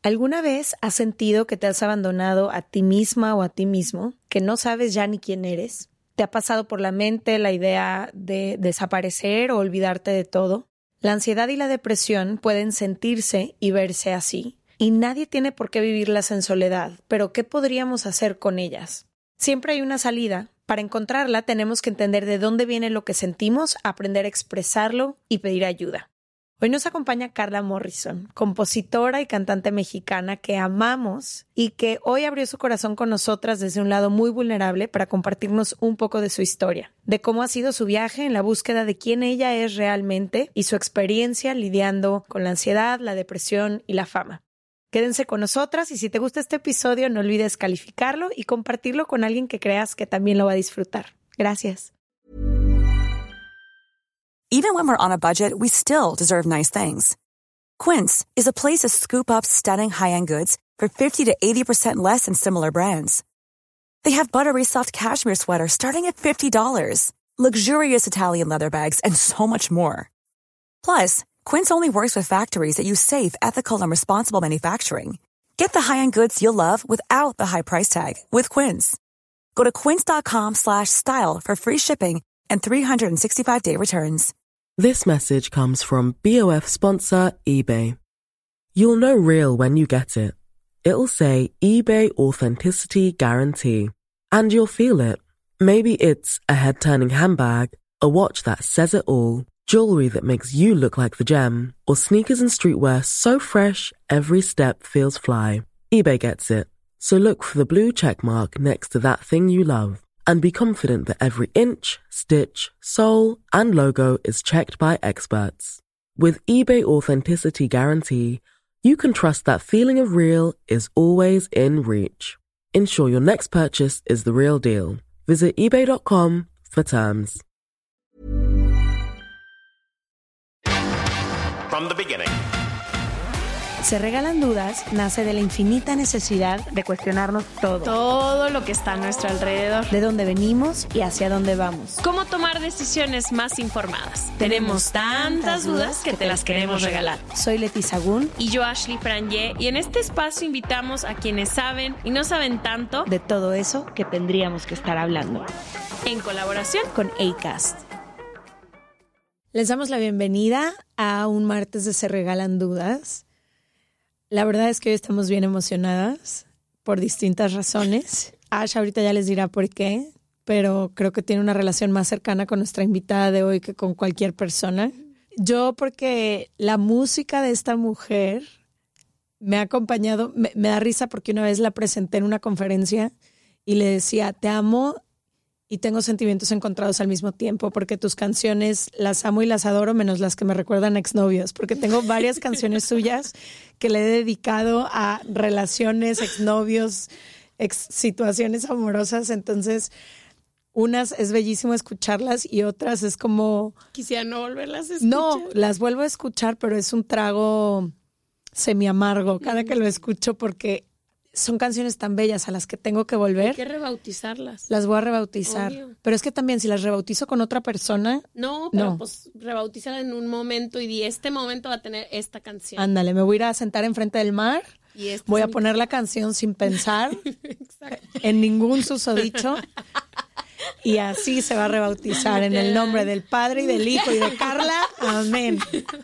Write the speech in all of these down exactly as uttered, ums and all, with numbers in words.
¿Alguna vez has sentido que te has abandonado a ti misma o a ti mismo, que no sabes ya ni quién eres? ¿Te ha pasado por la mente la idea de desaparecer o olvidarte de todo? La ansiedad y la depresión pueden sentirse y verse así, y nadie tiene por qué vivirlas en soledad, pero ¿qué podríamos hacer con ellas? Siempre hay una salida. Para encontrarla tenemos que entender de dónde viene lo que sentimos, aprender a expresarlo y pedir ayuda. Hoy nos acompaña Carla Morrison, compositora y cantante mexicana que amamos y que hoy abrió su corazón con nosotras desde un lado muy vulnerable para compartirnos un poco de su historia, de cómo ha sido su viaje en la búsqueda de quién ella es realmente y su experiencia lidiando con la ansiedad, la depresión y la fama. Quédense con nosotras y si te gusta este episodio no olvides calificarlo y compartirlo con alguien que creas que también lo va a disfrutar. Gracias. Even when we're on a budget, we still deserve nice things. Quince is a place to scoop up stunning high-end goods for fifty to eighty percent less than similar brands. They have buttery soft cashmere sweaters starting at fifty dollars, luxurious Italian leather bags, and so much more. Plus, Quince only works with factories that use safe, ethical, and responsible manufacturing. Get the high-end goods you'll love without the high price tag with Quince. Go to quince.com slash style for free shipping and three sixty-five day returns. This message comes from B O F sponsor eBay. You'll know real when you get it. It'll say eBay Authenticity Guarantee. And you'll feel it. Maybe it's a head-turning handbag, a watch that says it all, jewelry that makes you look like the gem, or sneakers and streetwear so fresh every step feels fly. eBay gets it. So look for the blue check mark next to that thing you love. And be confident that every inch, stitch, sole, and logo is checked by experts. With eBay Authenticity Guarantee, you can trust that feeling of real is always in reach. Ensure your next purchase is the real deal. Visit ebay dot com for terms. From the beginning. Se Regalan Dudas nace de la infinita necesidad de cuestionarnos todo. Todo lo que está a nuestro alrededor. De dónde venimos y hacia dónde vamos. Cómo tomar decisiones más informadas. Tenemos tantas dudas que te las queremos regalar. Soy Leti Sagún. Y yo, Ashley Frangé. Y en este espacio invitamos a quienes saben y no saben tanto de todo eso que tendríamos que estar hablando. En colaboración con Acast. Les damos la bienvenida a un martes de Se Regalan Dudas. La verdad es que hoy estamos bien emocionadas por distintas razones. Ash ahorita ya les dirá por qué, pero creo que tiene una relación más cercana con nuestra invitada de hoy que con cualquier persona. Yo porque la música de esta mujer me ha acompañado, me, me da risa porque una vez la presenté en una conferencia y le decía, te amo y tengo sentimientos encontrados al mismo tiempo porque tus canciones las amo y las adoro menos las que me recuerdan a exnovios, porque tengo varias canciones suyas que le he dedicado a relaciones, exnovios, ex situaciones amorosas. Entonces, unas es bellísimo escucharlas y otras es como... Quisiera no volverlas a escuchar. No, las vuelvo a escuchar, pero es un trago semi amargo cada que lo escucho porque... Son canciones tan bellas a las que tengo que volver. Hay que rebautizarlas. Las voy a rebautizar. Obvio. Pero es que también si las rebautizo con otra persona... No, pero no. pues rebautízala en un momento y di, este momento va a tener esta canción. Ándale, me voy a ir a sentar enfrente del mar. Y este voy a mi... poner la canción sin pensar en ningún susodicho. Y así se va a rebautizar en el nombre del Padre y del Hijo y de Carla. Amén.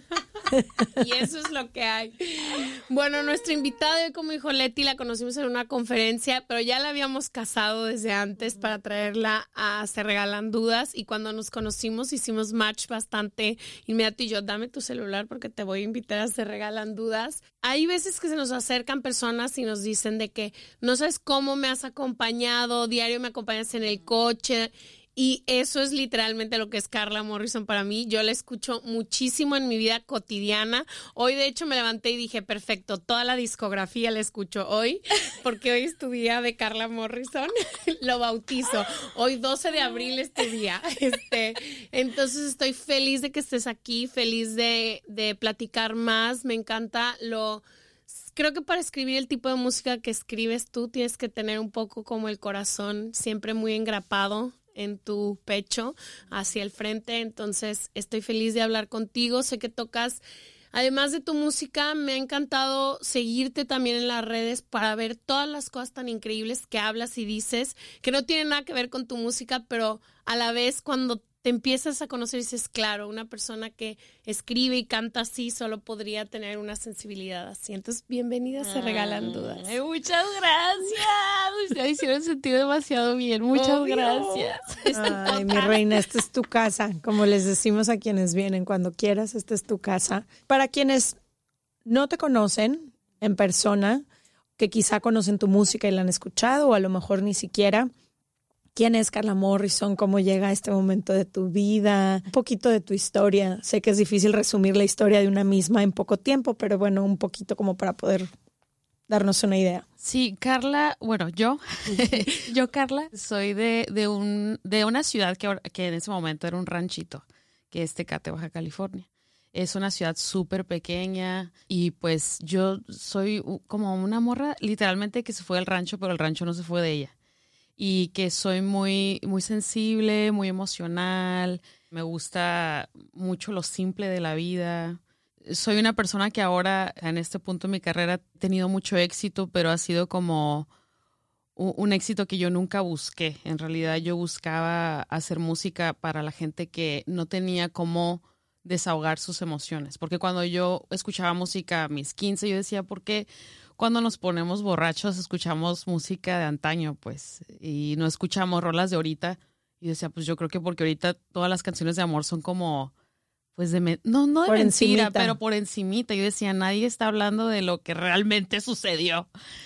Y eso es lo que hay. Bueno, nuestra invitada de hoy, como dijo Leti, la conocimos en una conferencia, pero ya la habíamos casado desde antes para traerla a Se Regalan Dudas, y cuando nos conocimos hicimos match bastante inmediato y yo, dame tu celular porque te voy a invitar a Se Regalan Dudas. Hay veces que se nos acercan personas y nos dicen de que no sabes cómo me has acompañado, diario me acompañas en el coche. Y eso es literalmente lo que es Carla Morrison para mí. Yo la escucho muchísimo en mi vida cotidiana. Hoy, de hecho, me levanté y dije, perfecto, toda la discografía la escucho hoy, porque hoy es tu día de Carla Morrison. Lo bautizo. Hoy, doce de abril, es tu día. Este, entonces, estoy feliz de que estés aquí, feliz de, de platicar más. Me encanta lo... Creo que para escribir el tipo de música que escribes tú, tienes que tener un poco como el corazón siempre muy engrapado en tu pecho hacia el frente. Entonces estoy feliz de hablar contigo. Sé que tocas Además de tu música, me ha encantado seguirte también en las redes para ver todas las cosas tan increíbles que hablas y dices, que no tienen nada que ver con tu música, pero a la vez cuando te empiezas a conocer dices, claro, una persona que escribe y canta así solo podría tener una sensibilidad así. Entonces, bienvenida Se Regalan Dudas. Ay, muchas gracias. Ustedes hicieron sentir demasiado bien. Muchas Obvio. gracias. Ay, mi reina, esta es tu casa. Como les decimos a quienes vienen, cuando quieras, esta es tu casa. Para quienes no te conocen en persona, que quizá conocen tu música y la han escuchado, o a lo mejor ni siquiera, ¿quién es Carla Morrison? ¿Cómo llega a este momento de tu vida? Un poquito de tu historia. Sé que es difícil resumir la historia de una misma en poco tiempo, pero bueno, un poquito como para poder darnos una idea. Sí, Carla, bueno, yo, yo Carla, soy de, de, un, de una ciudad que, que en ese momento era un ranchito, que es Tecate, Baja California. Es una ciudad súper pequeña y pues yo soy como una morra literalmente que se fue del rancho, pero el rancho no se fue de ella. Y que soy muy, muy sensible, muy emocional, me gusta mucho lo simple de la vida. Soy una persona que ahora, en este punto de mi carrera, he tenido mucho éxito, pero ha sido como un, un éxito que yo nunca busqué. En realidad yo buscaba hacer música para la gente que no tenía cómo desahogar sus emociones. Porque cuando yo escuchaba música a mis quince, yo decía, ¿por qué cuando nos ponemos borrachos escuchamos música de antaño, pues, y no escuchamos rolas de ahorita? Y decía, pues yo creo que porque ahorita todas las canciones de amor son como, pues de, me- no, no de Por mentira, encimita. pero por encimita. Yo decía, nadie está hablando de lo que realmente sucedió.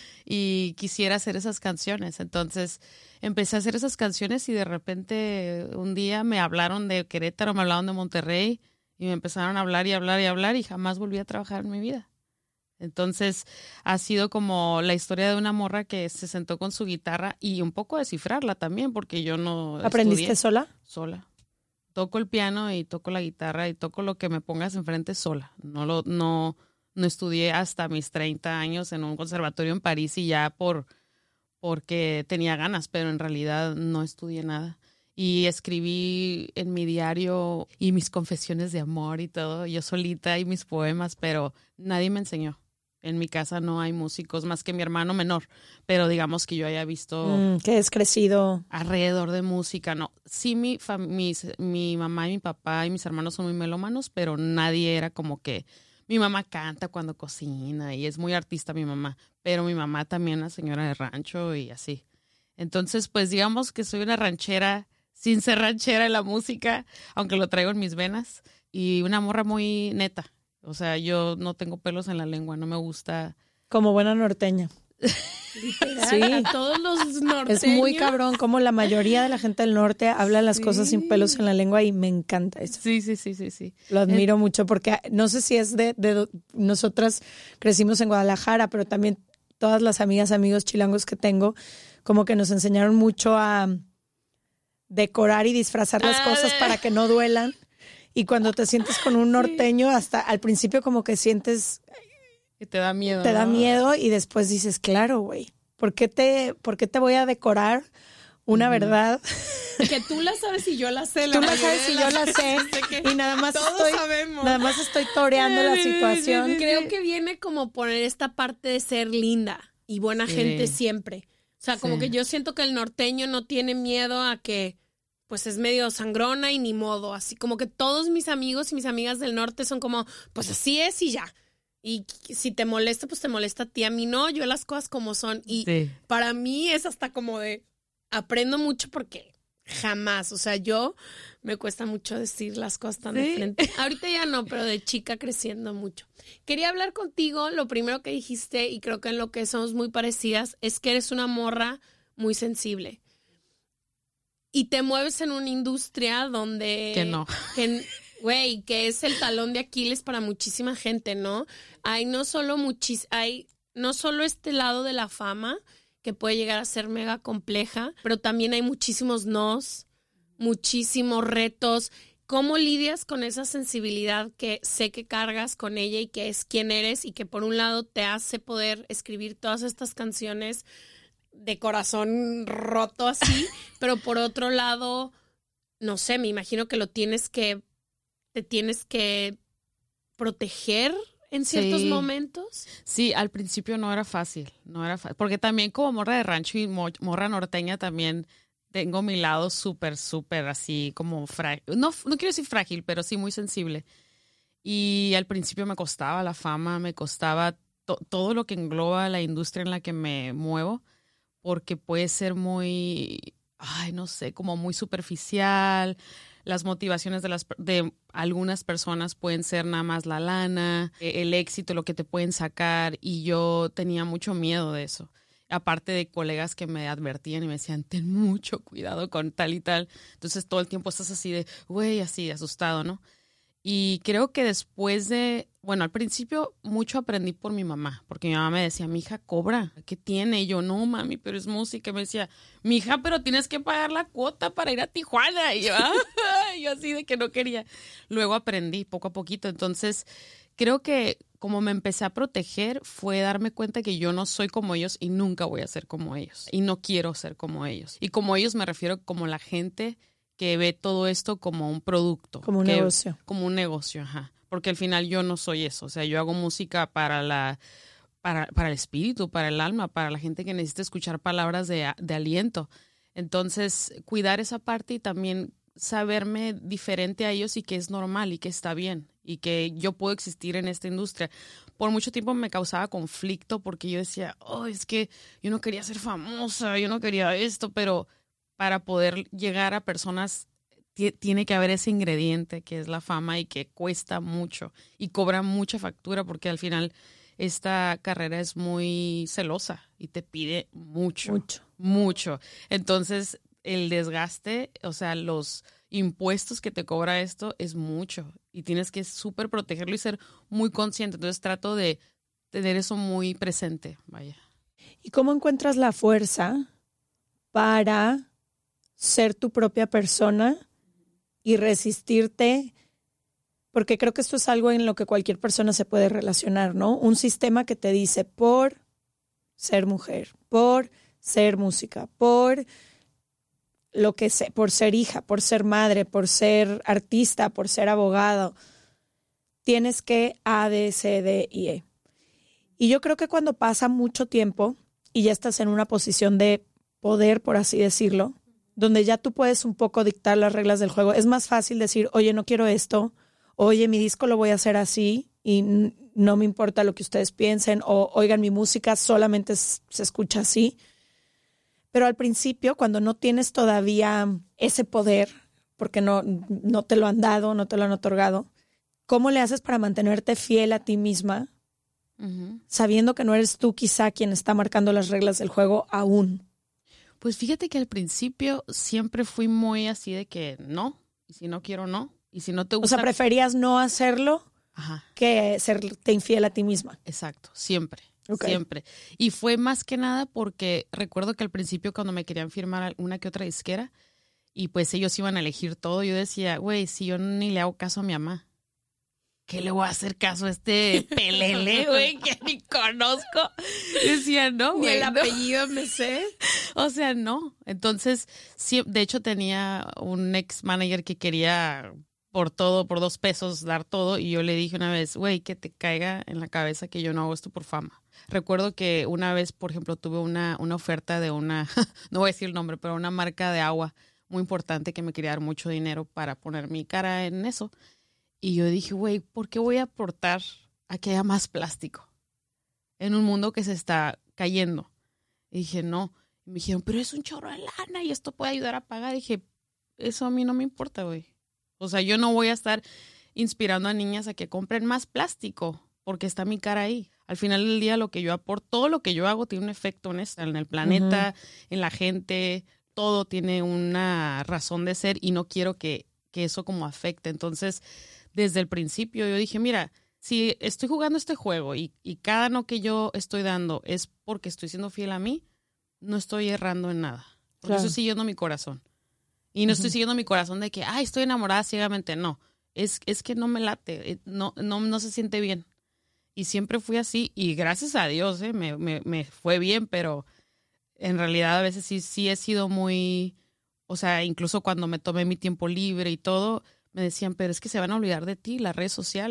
Y quisiera hacer esas canciones. Entonces empecé a hacer esas canciones y de repente un día me hablaron de Querétaro, me hablaron de Monterrey y me empezaron a hablar y hablar y hablar y jamás volví a trabajar en mi vida. Entonces ha sido como la historia de una morra que se sentó con su guitarra y un poco a descifrarla también, porque yo no ¿Aprendiste estudié sola? sola. Toco el piano y toco la guitarra y toco lo que me pongas enfrente sola. No lo no no estudié hasta mis treinta años en un conservatorio en París y ya por porque tenía ganas, pero en realidad no estudié nada. Y escribí en mi diario y mis confesiones de amor y todo, yo solita y mis poemas, pero nadie me enseñó. En mi casa no hay músicos más que mi hermano menor, pero digamos que yo haya visto Mm, que has crecido. alrededor de música, no. Sí, mi, fam- mis, mi mamá y mi papá y mis hermanos son muy melómanos, pero nadie era como que... Mi mamá canta cuando cocina y es muy artista mi mamá, pero mi mamá también es señora de rancho y así. Entonces, pues digamos que soy una ranchera sin ser ranchera en la música, aunque lo traigo en mis venas, y una morra muy neta. O sea, yo no tengo pelos en la lengua, no me gusta. Como buena norteña. Sí. A todos los norteños. Es muy cabrón como la mayoría de la gente del norte habla las cosas sin pelos en la lengua y me encanta eso. Sí, sí, sí, sí, sí. Lo admiro mucho porque no sé si es de, de... Nosotras crecimos en Guadalajara, pero también todas las amigas, amigos chilangos que tengo, como que nos enseñaron mucho a decorar y disfrazar las Ah, cosas de- para que no duelan. Y cuando te sientes con un norteño, hasta al principio como que sientes, Y te da miedo. te da ¿no? miedo y después dices, claro, güey, ¿por qué te, por qué te voy a decorar una verdad? Que tú la sabes y yo la sé. Tú la mayoría sabes de y las yo la sé. cosas de que Y nada más todos estoy, sabemos. nada más estoy toreando la situación. Creo que viene como poner esta parte de ser linda y buena Sí. gente siempre. O sea, como Sí. que yo siento que el norteño no tiene miedo a que pues es medio sangrona y ni modo. Así como que todos mis amigos y mis amigas del norte son como, pues así es y ya. Y si te molesta, pues te molesta a ti. A mí no, yo las cosas como son. Y Sí. para mí es hasta como de, aprendo mucho porque jamás, o sea, yo me cuesta mucho decir las cosas tan de Sí. frente. Ahorita ya no, pero de chica creciendo mucho. Quería hablar contigo, lo primero que dijiste, y creo que en lo que somos muy parecidas, es que eres una morra muy sensible. Y te mueves en una industria donde... Que no. Que, güey, que es el talón de Aquiles para muchísima gente, ¿no? Hay no solo muchis, hay no solo este lado de la fama, que puede llegar a ser mega compleja, pero también hay muchísimos nos, muchísimos retos. ¿Cómo lidias con esa sensibilidad que sé que cargas con ella y que es quien eres y que por un lado te hace poder escribir todas estas canciones de corazón roto así, pero por otro lado, no sé, me imagino que lo tienes que, te tienes que proteger en ciertos Sí. momentos. Sí, al principio no era fácil, no era fácil, porque también como morra de rancho y mo- morra norteña también tengo mi lado súper, súper así como frágil, no, no quiero decir frágil, pero sí muy sensible. Y al principio me costaba la fama, me costaba to- todo lo que engloba la industria en la que me muevo, porque puede ser muy, ay, no sé, como muy superficial. Las motivaciones de, las, de algunas personas pueden ser nada más la lana, eh, el éxito, lo que te pueden sacar, y yo tenía mucho miedo de eso. Aparte de colegas que me advertían y me decían, ten mucho cuidado con tal y tal. Entonces todo el tiempo estás así de, güey, así, asustado, ¿no? Y creo que después de, bueno, al principio mucho aprendí por mi mamá, porque mi mamá me decía, mi hija cobra, ¿qué tiene? Y yo, no, mami, pero es música. Y me decía, mi hija, pero tienes que pagar la cuota para ir a Tijuana. Y yo, "Ah", yo así de que no quería. Luego aprendí poco a poquito. Entonces, creo que como me empecé a proteger fue darme cuenta que yo no soy como ellos y nunca voy a ser como ellos. Y no quiero ser como ellos. Y como ellos me refiero como la gente que ve todo esto como un producto. Como un que, negocio. Como un negocio, ajá. Porque al final yo no soy eso. O sea, yo hago música para la para, para el espíritu, para el alma, para la gente que necesita escuchar palabras de, de aliento. Entonces, cuidar esa parte y también saberme diferente a ellos y que es normal y que está bien y que yo puedo existir en esta industria. Por mucho tiempo me causaba conflicto porque yo decía, oh, es que yo no quería ser famosa, yo no quería esto, pero para poder llegar a personas t- tiene que haber ese ingrediente que es la fama y que cuesta mucho y cobra mucha factura porque al final esta carrera es muy celosa y te pide mucho, Mucho. mucho. Entonces, el desgaste, o sea, los impuestos que te cobra esto es mucho y tienes que súper protegerlo y ser muy consciente. Entonces, trato de tener eso muy presente, vaya. ¿Y cómo encuentras la fuerza para ser tu propia persona y resistirte? Porque creo que esto es algo en lo que cualquier persona se puede relacionar, ¿no? Un sistema que te dice por ser mujer, por ser música, por lo que sé, por ser hija, por ser madre, por ser artista, por ser abogado, tienes que A, D, C, D y E. Y yo creo que cuando pasa mucho tiempo y ya estás en una posición de poder, por así decirlo, donde ya tú puedes un poco dictar las reglas del juego, es más fácil decir, oye, no quiero esto, oye, mi disco lo voy a hacer así y no me importa lo que ustedes piensen, o oigan, mi música solamente se escucha así. Pero al principio, cuando no tienes todavía ese poder, porque no, no te lo han dado, no te lo han otorgado, ¿cómo le haces para mantenerte fiel a ti misma, Uh-huh. sabiendo que no eres tú quizá quien está marcando las reglas del juego aún? Pues fíjate que al principio siempre fui muy así de que no, y si no quiero, no. Y si no te O gusta... sea, preferías no hacerlo Ajá, que serte infiel a ti misma. exacto, siempre, Ok. siempre. Y fue más que nada porque recuerdo que al principio cuando me querían firmar una que otra disquera y pues ellos iban a elegir todo, yo decía, güey, si yo ni le hago caso a mi mamá, ¿qué le voy a hacer caso a este pelele, güey, que ni conozco? Decía, no, Ni güey, el no. apellido me sé. O sea, no. Entonces, sí, de hecho tenía un ex manager que quería por todo, por dos pesos, dar todo. Y yo le dije una vez, güey, que te caiga en la cabeza que yo no hago esto por fama. Recuerdo que una vez, por ejemplo, tuve una, una oferta de una, no voy a decir el nombre, pero una marca de agua muy importante que me quería dar mucho dinero para poner mi cara en eso. Y yo dije, güey, ¿por qué voy a aportar a que haya más plástico en un mundo que se está cayendo? Y dije, no. Y me dijeron, pero es un chorro de lana y esto puede ayudar a pagar. Y dije, eso a mí no me importa, güey. O sea, yo no voy a estar inspirando a niñas a que compren más plástico porque está mi cara ahí. Al final del día, lo que yo aporto, todo lo que yo hago tiene un efecto en, esto, en el planeta, uh-huh. en la gente. Todo tiene una razón de ser y no quiero que, que eso como afecte. Entonces, desde el principio yo dije, mira, si estoy jugando este juego y, y cada no que yo estoy dando es porque estoy siendo fiel a mí, no estoy errando en nada. Porque claro. Estoy siguiendo mi corazón. Y no uh-huh. estoy siguiendo mi corazón de que, ay, estoy enamorada ciegamente. No, es, es que no me late, no, no, no se siente bien. Y siempre fui así y gracias a Dios eh, me, me, me fue bien, pero en realidad a veces sí, sí he sido muy, o sea, incluso cuando me tomé mi tiempo libre y todo, me decían, pero es que se van a olvidar de ti, las redes sociales.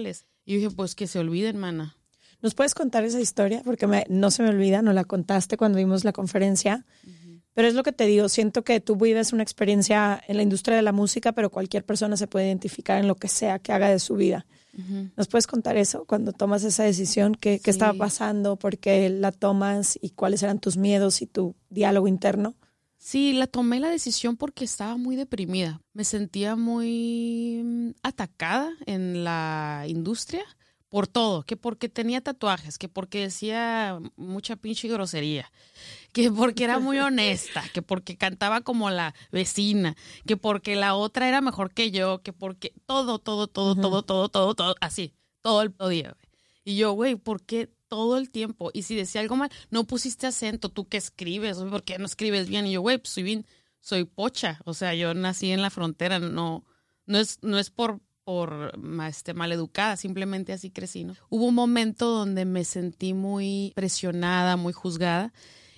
Y dije, pues que se olviden, mana. ¿Nos puedes contar esa historia? Porque me, no se me olvida, nos la contaste cuando vimos la conferencia. Uh-huh. Pero es lo que te digo, siento que tú vives una experiencia en la industria de la música, pero cualquier persona se puede identificar en lo que sea que haga de su vida. Uh-huh. ¿Nos puedes contar eso? Cuando tomas esa decisión, ¿qué, sí. ¿qué estaba pasando? ¿Por qué la tomas? ¿Y cuáles eran tus miedos y tu diálogo interno? Sí, la tomé la decisión porque estaba muy deprimida. Me sentía muy atacada en la industria. Por todo, que porque tenía tatuajes, que porque decía mucha pinche grosería, que porque era muy honesta, que porque cantaba como la vecina, que porque la otra era mejor que yo, que porque todo, todo, todo, uh-huh. todo, todo, todo, todo, así, todo el día. Güey. Y yo, güey, ¿por qué todo el tiempo? Y si decía algo mal, no pusiste acento, tú que escribes, ¿por qué no escribes bien? Y yo, güey, pues soy bien, soy pocha, o sea, yo nací en la frontera, no, no es, no es por... por este, maleducada, simplemente así crecí, ¿no? Hubo un momento donde me sentí muy presionada, muy juzgada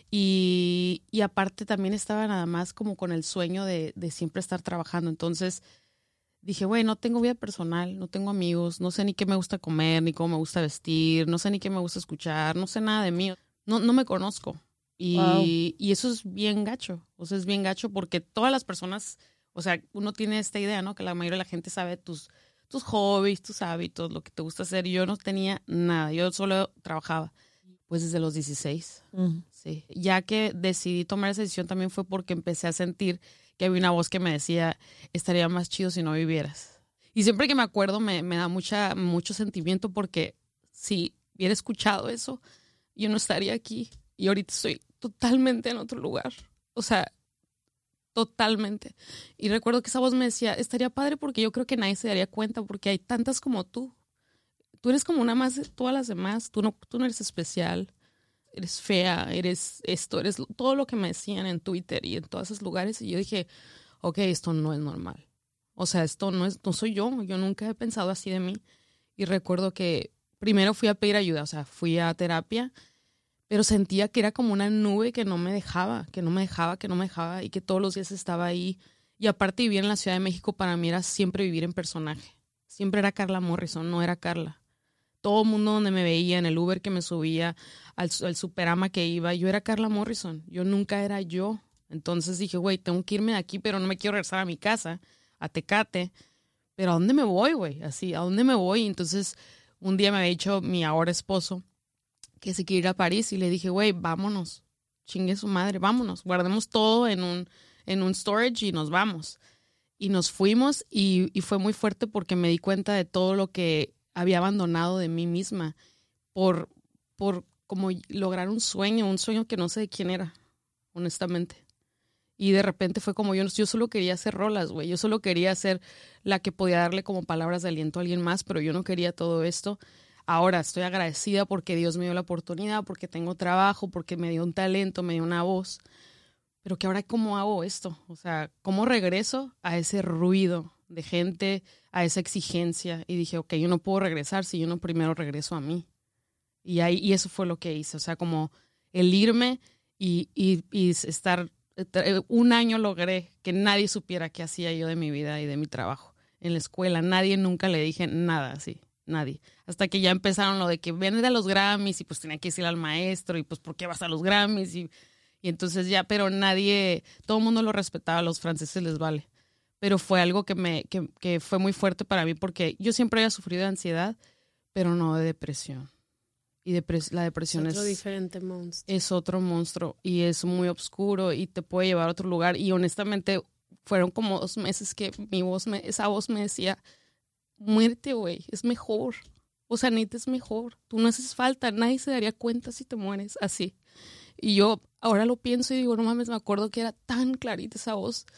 y, y aparte también estaba nada más como con el sueño de, de siempre estar trabajando. Entonces dije, güey, no tengo vida personal, no tengo amigos, no sé ni qué me gusta comer, ni cómo me gusta vestir, no sé ni qué me gusta escuchar, no sé nada de mí, no, no me conozco. Y, wow. y eso es bien gacho, o sea, es bien gacho porque todas las personas... O sea, uno tiene esta idea, ¿no? Que la mayoría de la gente sabe tus, tus hobbies, tus hábitos, lo que te gusta hacer. Y yo no tenía nada. Yo solo trabajaba, pues, desde los dieciséis. Uh-huh. Sí. Ya que decidí tomar esa decisión también fue porque empecé a sentir que había una voz que me decía, estaría más chido si no vivieras. Y siempre que me acuerdo me, me da mucha, mucho sentimiento porque si hubiera escuchado eso, yo no estaría aquí. Y ahorita estoy totalmente en otro lugar. O sea... Totalmente. Y recuerdo que esa voz me decía, estaría padre porque yo creo que nadie se daría cuenta porque hay tantas como tú. Tú eres como una más de todas las demás. Tú no, tú no eres especial. Eres fea, eres esto, eres todo lo que me decían en Twitter y en todos esos lugares. Y yo dije, ok, esto no es normal. O sea, esto no es, no soy yo. Yo nunca he pensado así de mí. Y recuerdo que primero fui a pedir ayuda, o sea, fui a terapia. Pero sentía que era como una nube que no me dejaba, que no me dejaba, que no me dejaba y que todos los días estaba ahí. Y aparte vivir en la Ciudad de México para mí era siempre vivir en personaje. Siempre era Carla Morrison, no era Carla. Todo el mundo donde me veía, en el Uber que me subía, al, al Superama que iba, yo era Carla Morrison. Yo nunca era yo. Entonces dije, güey, tengo que irme de aquí, pero no me quiero regresar a mi casa, a Tecate. Pero ¿a dónde me voy, güey? Así, ¿a dónde me voy? Entonces un día me había dicho mi ahora esposo que se quiere ir a París y le dije, güey, vámonos, chingue su madre, vámonos, guardemos todo en un, en un storage y nos vamos. Y nos fuimos y, y fue muy fuerte porque me di cuenta de todo lo que había abandonado de mí misma por, por como lograr un sueño, un sueño que no sé de quién era, honestamente. Y de repente fue como yo, yo solo quería hacer rolas, güey, yo solo quería ser la que podía darle como palabras de aliento a alguien más, pero yo no quería todo esto. Ahora estoy agradecida porque Dios me dio la oportunidad, porque tengo trabajo, porque me dio un talento, me dio una voz. Pero que ahora, ¿cómo hago esto? O sea, ¿cómo regreso a ese ruido de gente, a esa exigencia? Y dije, ok, yo no puedo regresar si yo no primero regreso a mí. Y, ahí, y eso fue lo que hice. O sea, como el irme y, y, y estar... Un año logré que nadie supiera qué hacía yo de mi vida y de mi trabajo. En la escuela, nadie nunca le dije nada así. Nadie. Hasta que ya empezaron lo de que ven a los Grammys y pues tenía que decir al maestro y pues ¿por qué vas a los Grammys? Y, y entonces ya, pero nadie, todo el mundo lo respetaba, a los franceses les vale. Pero fue algo que, me, que, que fue muy fuerte para mí porque yo siempre había sufrido de ansiedad, pero no de depresión. Y depres- la depresión es otro es, diferente monstruo. Es otro monstruo y es muy oscuro y te puede llevar a otro lugar. Y honestamente fueron como dos meses que mi voz me, esa voz me decía, muerte, güey, es mejor. O sea, neta es mejor. Tú no haces falta, nadie se daría cuenta si te mueres así. Y yo ahora lo pienso y digo, no mames, me acuerdo que era tan clarita esa voz.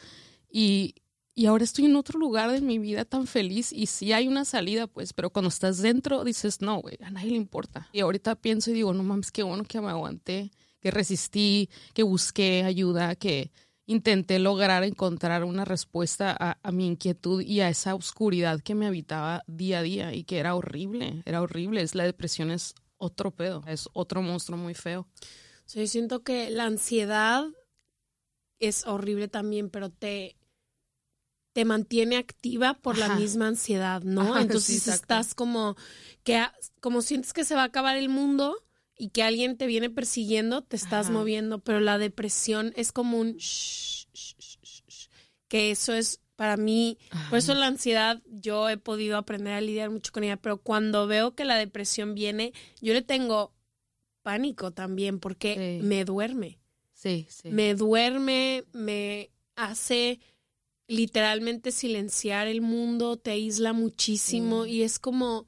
Y, y ahora estoy en otro lugar de mi vida tan feliz y sí hay una salida, pues, pero cuando estás dentro dices, no, güey, a nadie le importa. Y ahorita pienso y digo, no mames, qué bueno que me aguanté, que resistí, que busqué ayuda, que intenté lograr encontrar una respuesta a, a mi inquietud y a esa oscuridad que me habitaba día a día y que era horrible, era horrible. Es la depresión, es otro pedo, es otro monstruo muy feo. O sea, yo siento que la ansiedad es horrible también, pero te, te mantiene activa por Ajá. la misma ansiedad, ¿no? Ajá, Entonces sí, estás como que como sientes que se va a acabar el mundo y que alguien te viene persiguiendo, te estás Ajá. moviendo, pero la depresión es como un shh, shh, shh, shh, shh, que eso es para mí, Ajá. por eso la ansiedad yo he podido aprender a lidiar mucho con ella, pero cuando veo que la depresión viene, yo le tengo pánico también porque Sí. me duerme. Sí, sí. Me duerme, me hace literalmente silenciar el mundo, te aísla muchísimo Sí. y es como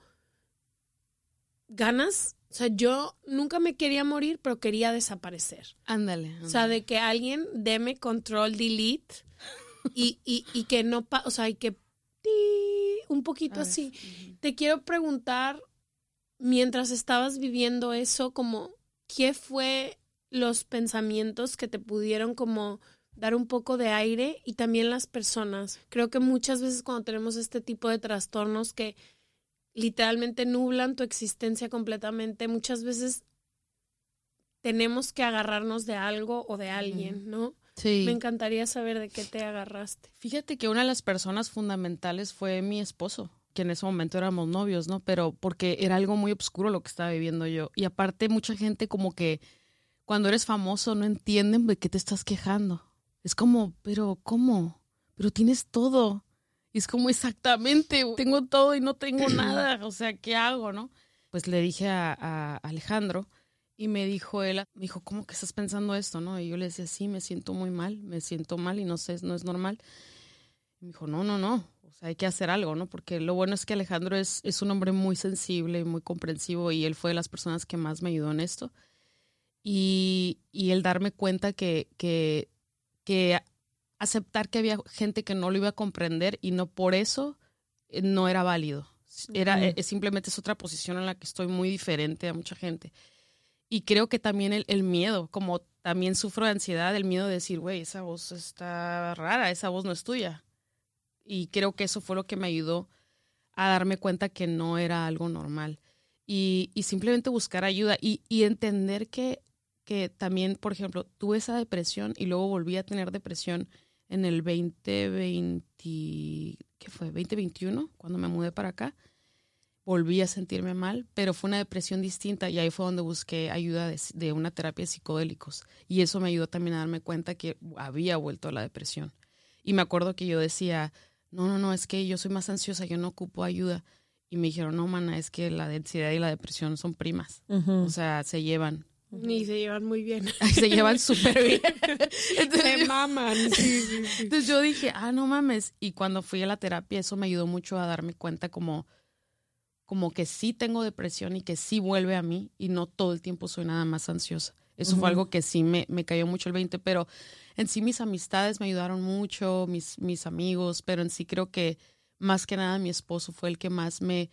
ganas, o sea, yo nunca me quería morir, pero quería desaparecer. Ándale, ándale. O sea, de que alguien deme control delete y, y, y que no, pa- o sea, y que ti, un poquito A ver. así. Ujú. Te quiero preguntar, mientras estabas viviendo eso, como, ¿qué fue los pensamientos que te pudieron como dar un poco de aire? Y también las personas. Creo que muchas veces cuando tenemos este tipo de trastornos que literalmente nublan tu existencia completamente, muchas veces tenemos que agarrarnos de algo o de alguien, ¿no? Sí. Me encantaría saber de qué te agarraste. Fíjate que una de las personas fundamentales fue mi esposo, que en ese momento éramos novios, ¿no? Pero porque era algo muy oscuro lo que estaba viviendo yo. Y aparte mucha gente como que cuando eres famoso no entienden de qué te estás quejando. Es como, pero ¿cómo? Pero tienes todo. Y es como exactamente, tengo todo y no tengo nada. O sea, ¿qué hago, no? Pues le dije a, a Alejandro y me dijo él, me dijo, ¿cómo que estás pensando esto, no? Y yo le decía, sí, me siento muy mal, me siento mal y no sé, no es normal. Y me dijo, no, no, no, o sea, hay que hacer algo, ¿no? Porque lo bueno es que Alejandro es, es un hombre muy sensible, muy comprensivo y él fue de las personas que más me ayudó en esto. Y, y el darme cuenta que, que, que aceptar que había gente que no lo iba a comprender y no por eso eh, no era válido. Era, Ujú. eh, simplemente es otra posición en la que estoy muy diferente a mucha gente. Y creo que también el, el miedo, como también sufro de ansiedad, el miedo de decir, güey, esa voz está rara, esa voz no es tuya. Y creo que eso fue lo que me ayudó a darme cuenta que no era algo normal. Y, y simplemente buscar ayuda y, y entender que, que también, por ejemplo, tuve esa depresión y luego volví a tener depresión en el veinte veinte, ¿qué fue? veinte veintiuno, cuando me mudé para acá. Volví a sentirme mal, pero fue una depresión distinta y ahí fue donde busqué ayuda de, de una terapia de psicodélicos. Y eso me ayudó también a darme cuenta que había vuelto a la depresión. Y me acuerdo que yo decía, no, no, no, es que yo soy más ansiosa, yo no ocupo ayuda. Y me dijeron, no, mana, es que la ansiedad y la depresión son primas. Ujú. O sea, se llevan. Y se llevan muy bien. Se llevan súper bien. Entonces, Se yo- maman. Sí, sí, sí. entonces yo dije, ah, no mames. Y cuando fui a la terapia, eso me ayudó mucho a darme cuenta como, como que sí tengo depresión y que sí vuelve a mí y no todo el tiempo soy nada más ansiosa. Eso Ujú. fue algo que sí me, me cayó mucho el veinte, pero en sí mis amistades me ayudaron mucho, mis, mis amigos, pero en sí creo que más que nada mi esposo fue el que más me,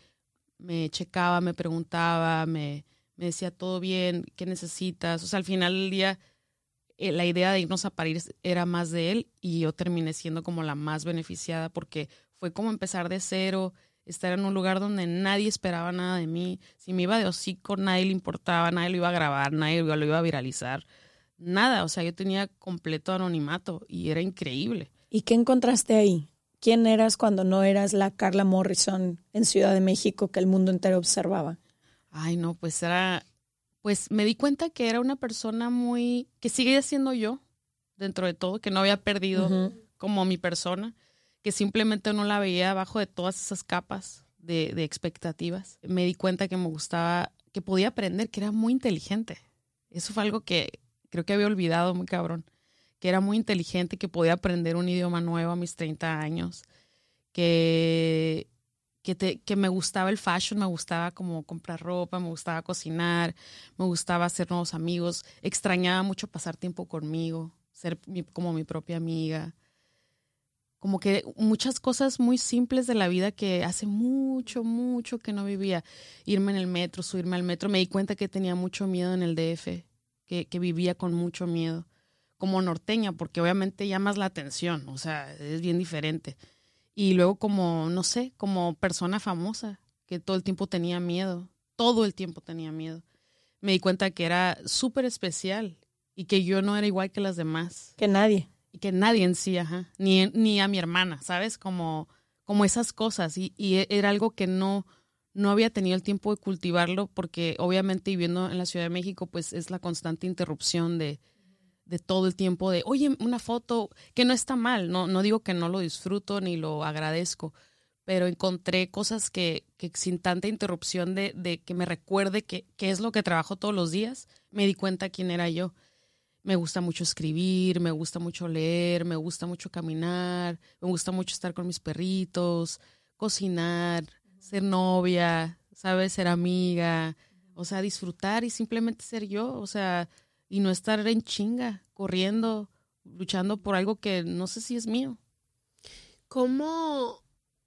me checaba, me preguntaba, me, me decía todo bien, ¿qué necesitas? O sea, al final del día eh, la idea de irnos a París era más de él y yo terminé siendo como la más beneficiada porque fue como empezar de cero, estar en un lugar donde nadie esperaba nada de mí. Si me iba de hocico, nadie le importaba, nadie lo iba a grabar, nadie lo iba a viralizar. Nada, o sea, yo tenía completo anonimato y era increíble. ¿Y qué encontraste ahí? ¿Quién eras cuando no eras la Carla Morrison en Ciudad de México que el mundo entero observaba? Ay, no, pues era, pues me di cuenta que era una persona muy, que sigue siendo yo dentro de todo, que no había perdido Ujú. como mi persona, que simplemente no la veía abajo de todas esas capas de, de expectativas. Me di cuenta que me gustaba, que podía aprender, que era muy inteligente. Eso fue algo que creo que había olvidado muy cabrón, que era muy inteligente, que podía aprender un idioma nuevo a mis treinta años, que, que, te, que me gustaba el fashion, me gustaba como comprar ropa, me gustaba cocinar, me gustaba hacer nuevos amigos, extrañaba mucho pasar tiempo conmigo, ser mi, como mi propia amiga. Como que muchas cosas muy simples de la vida que hace mucho, mucho que no vivía. Irme en el metro, subirme al metro. Me di cuenta que tenía mucho miedo en el D F, que, que vivía con mucho miedo. Como norteña, porque obviamente llamas la atención, o sea, es bien diferente. Y luego como, no sé, como persona famosa, que todo el tiempo tenía miedo, todo el tiempo tenía miedo. Me di cuenta que era súper especial y que yo no era igual que las demás. Que nadie. y que nadie en sí, ajá, ni, ni a mi hermana, ¿sabes? Como, como esas cosas. Y, y era algo que no, no había tenido el tiempo de cultivarlo porque obviamente viviendo en la Ciudad de México, pues es la constante interrupción de, de todo el tiempo de, oye, una foto, que no está mal, no, no digo que no lo disfruto ni lo agradezco, pero encontré cosas que, que sin tanta interrupción de, de que me recuerde que, que es lo que trabajo todos los días, me di cuenta quién era yo. Me gusta mucho escribir, me gusta mucho leer, me gusta mucho caminar, me gusta mucho estar con mis perritos, cocinar, ser novia, ¿sabes? Ser amiga, o sea, disfrutar y simplemente ser yo, o sea, y no estar en chinga, corriendo, luchando por algo que no sé si es mío. ¿Cómo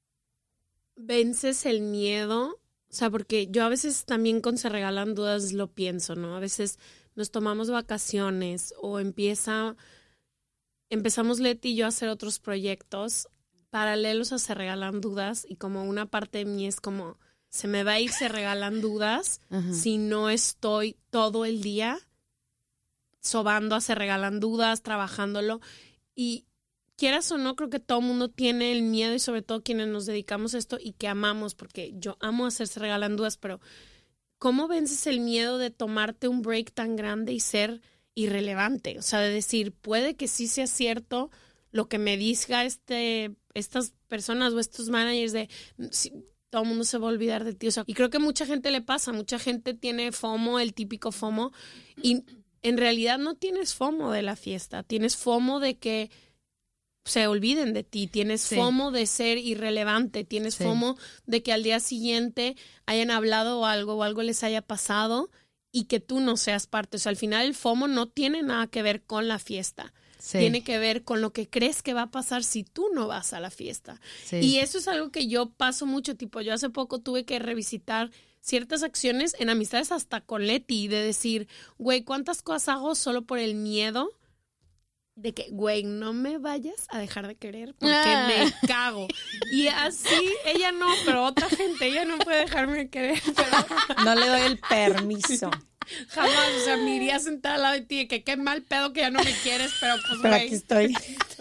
vences el miedo? O sea, porque yo a veces también con Se Regalan Dudas lo pienso, ¿no? A veces nos tomamos vacaciones o empieza, empezamos Leti y yo a hacer otros proyectos paralelos a Se Regalan Dudas y como una parte de mí es como, se me va a ir Se Regalan Dudas uh-huh. si no estoy todo el día sobando a Se Regalan Dudas, trabajándolo. Y quieras o no, creo que todo el mundo tiene el miedo y sobre todo quienes nos dedicamos a esto y que amamos, porque yo amo hacer Se Regalan Dudas, pero ¿cómo vences el miedo de tomarte un break tan grande y ser irrelevante? O sea, de decir, puede que sí sea cierto lo que me diga este, estas personas o estos managers de si, todo el mundo se va a olvidar de ti. O sea, y creo que mucha gente le pasa, mucha gente tiene FOMO, el típico FOMO, y en realidad no tienes FOMO de la fiesta, tienes FOMO de que se olviden de ti, tienes sí. FOMO de ser irrelevante, tienes sí. FOMO de que al día siguiente hayan hablado algo o algo les haya pasado y que tú no seas parte. O sea, al final el FOMO no tiene nada que ver con la fiesta. Sí. Tiene que ver con lo que crees que va a pasar si tú no vas a la fiesta. Sí. Y eso es algo que yo paso mucho, tipo, yo hace poco tuve que revisitar ciertas acciones en amistades hasta con Leti, de decir, güey, ¿cuántas cosas hago solo por el miedo de que, güey, no me vayas a dejar de querer porque ah. me cago? Y así, ella no, pero otra gente, ella no puede dejarme de querer. Pero no le doy el permiso. Jamás, o sea, me iría sentada al lado de ti de que qué mal pedo que ya no me quieres, pero pues, pero güey, aquí estoy.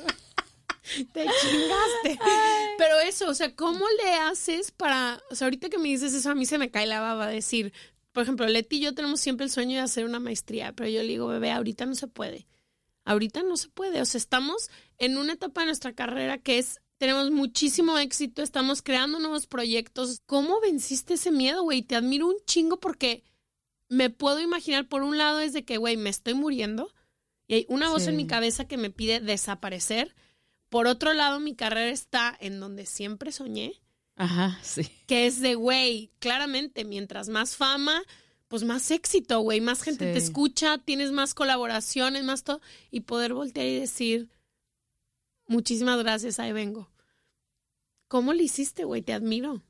Te chingaste. Ay. Pero eso, o sea, ¿cómo le haces para, o sea, ahorita que me dices eso, a mí se me cae la baba decir, por ejemplo, Leti y yo tenemos siempre el sueño de hacer una maestría, pero yo le digo, bebé, ahorita no se puede. Ahorita no se puede, o sea, estamos en una etapa de nuestra carrera que es, tenemos muchísimo éxito, estamos creando nuevos proyectos. ¿Cómo venciste ese miedo, güey? Te admiro un chingo porque me puedo imaginar, por un lado es de que, güey, me estoy muriendo y hay una voz sí. en mi cabeza que me pide desaparecer. Por otro lado, mi carrera está en donde siempre soñé. Ajá, sí. Que es de, güey, claramente, mientras más fama, pues más éxito, güey. Más gente sí. te escucha, tienes más colaboraciones, más todo. Y poder voltear y decir, muchísimas gracias, ahí vengo. ¿Cómo lo hiciste, güey? Te admiro.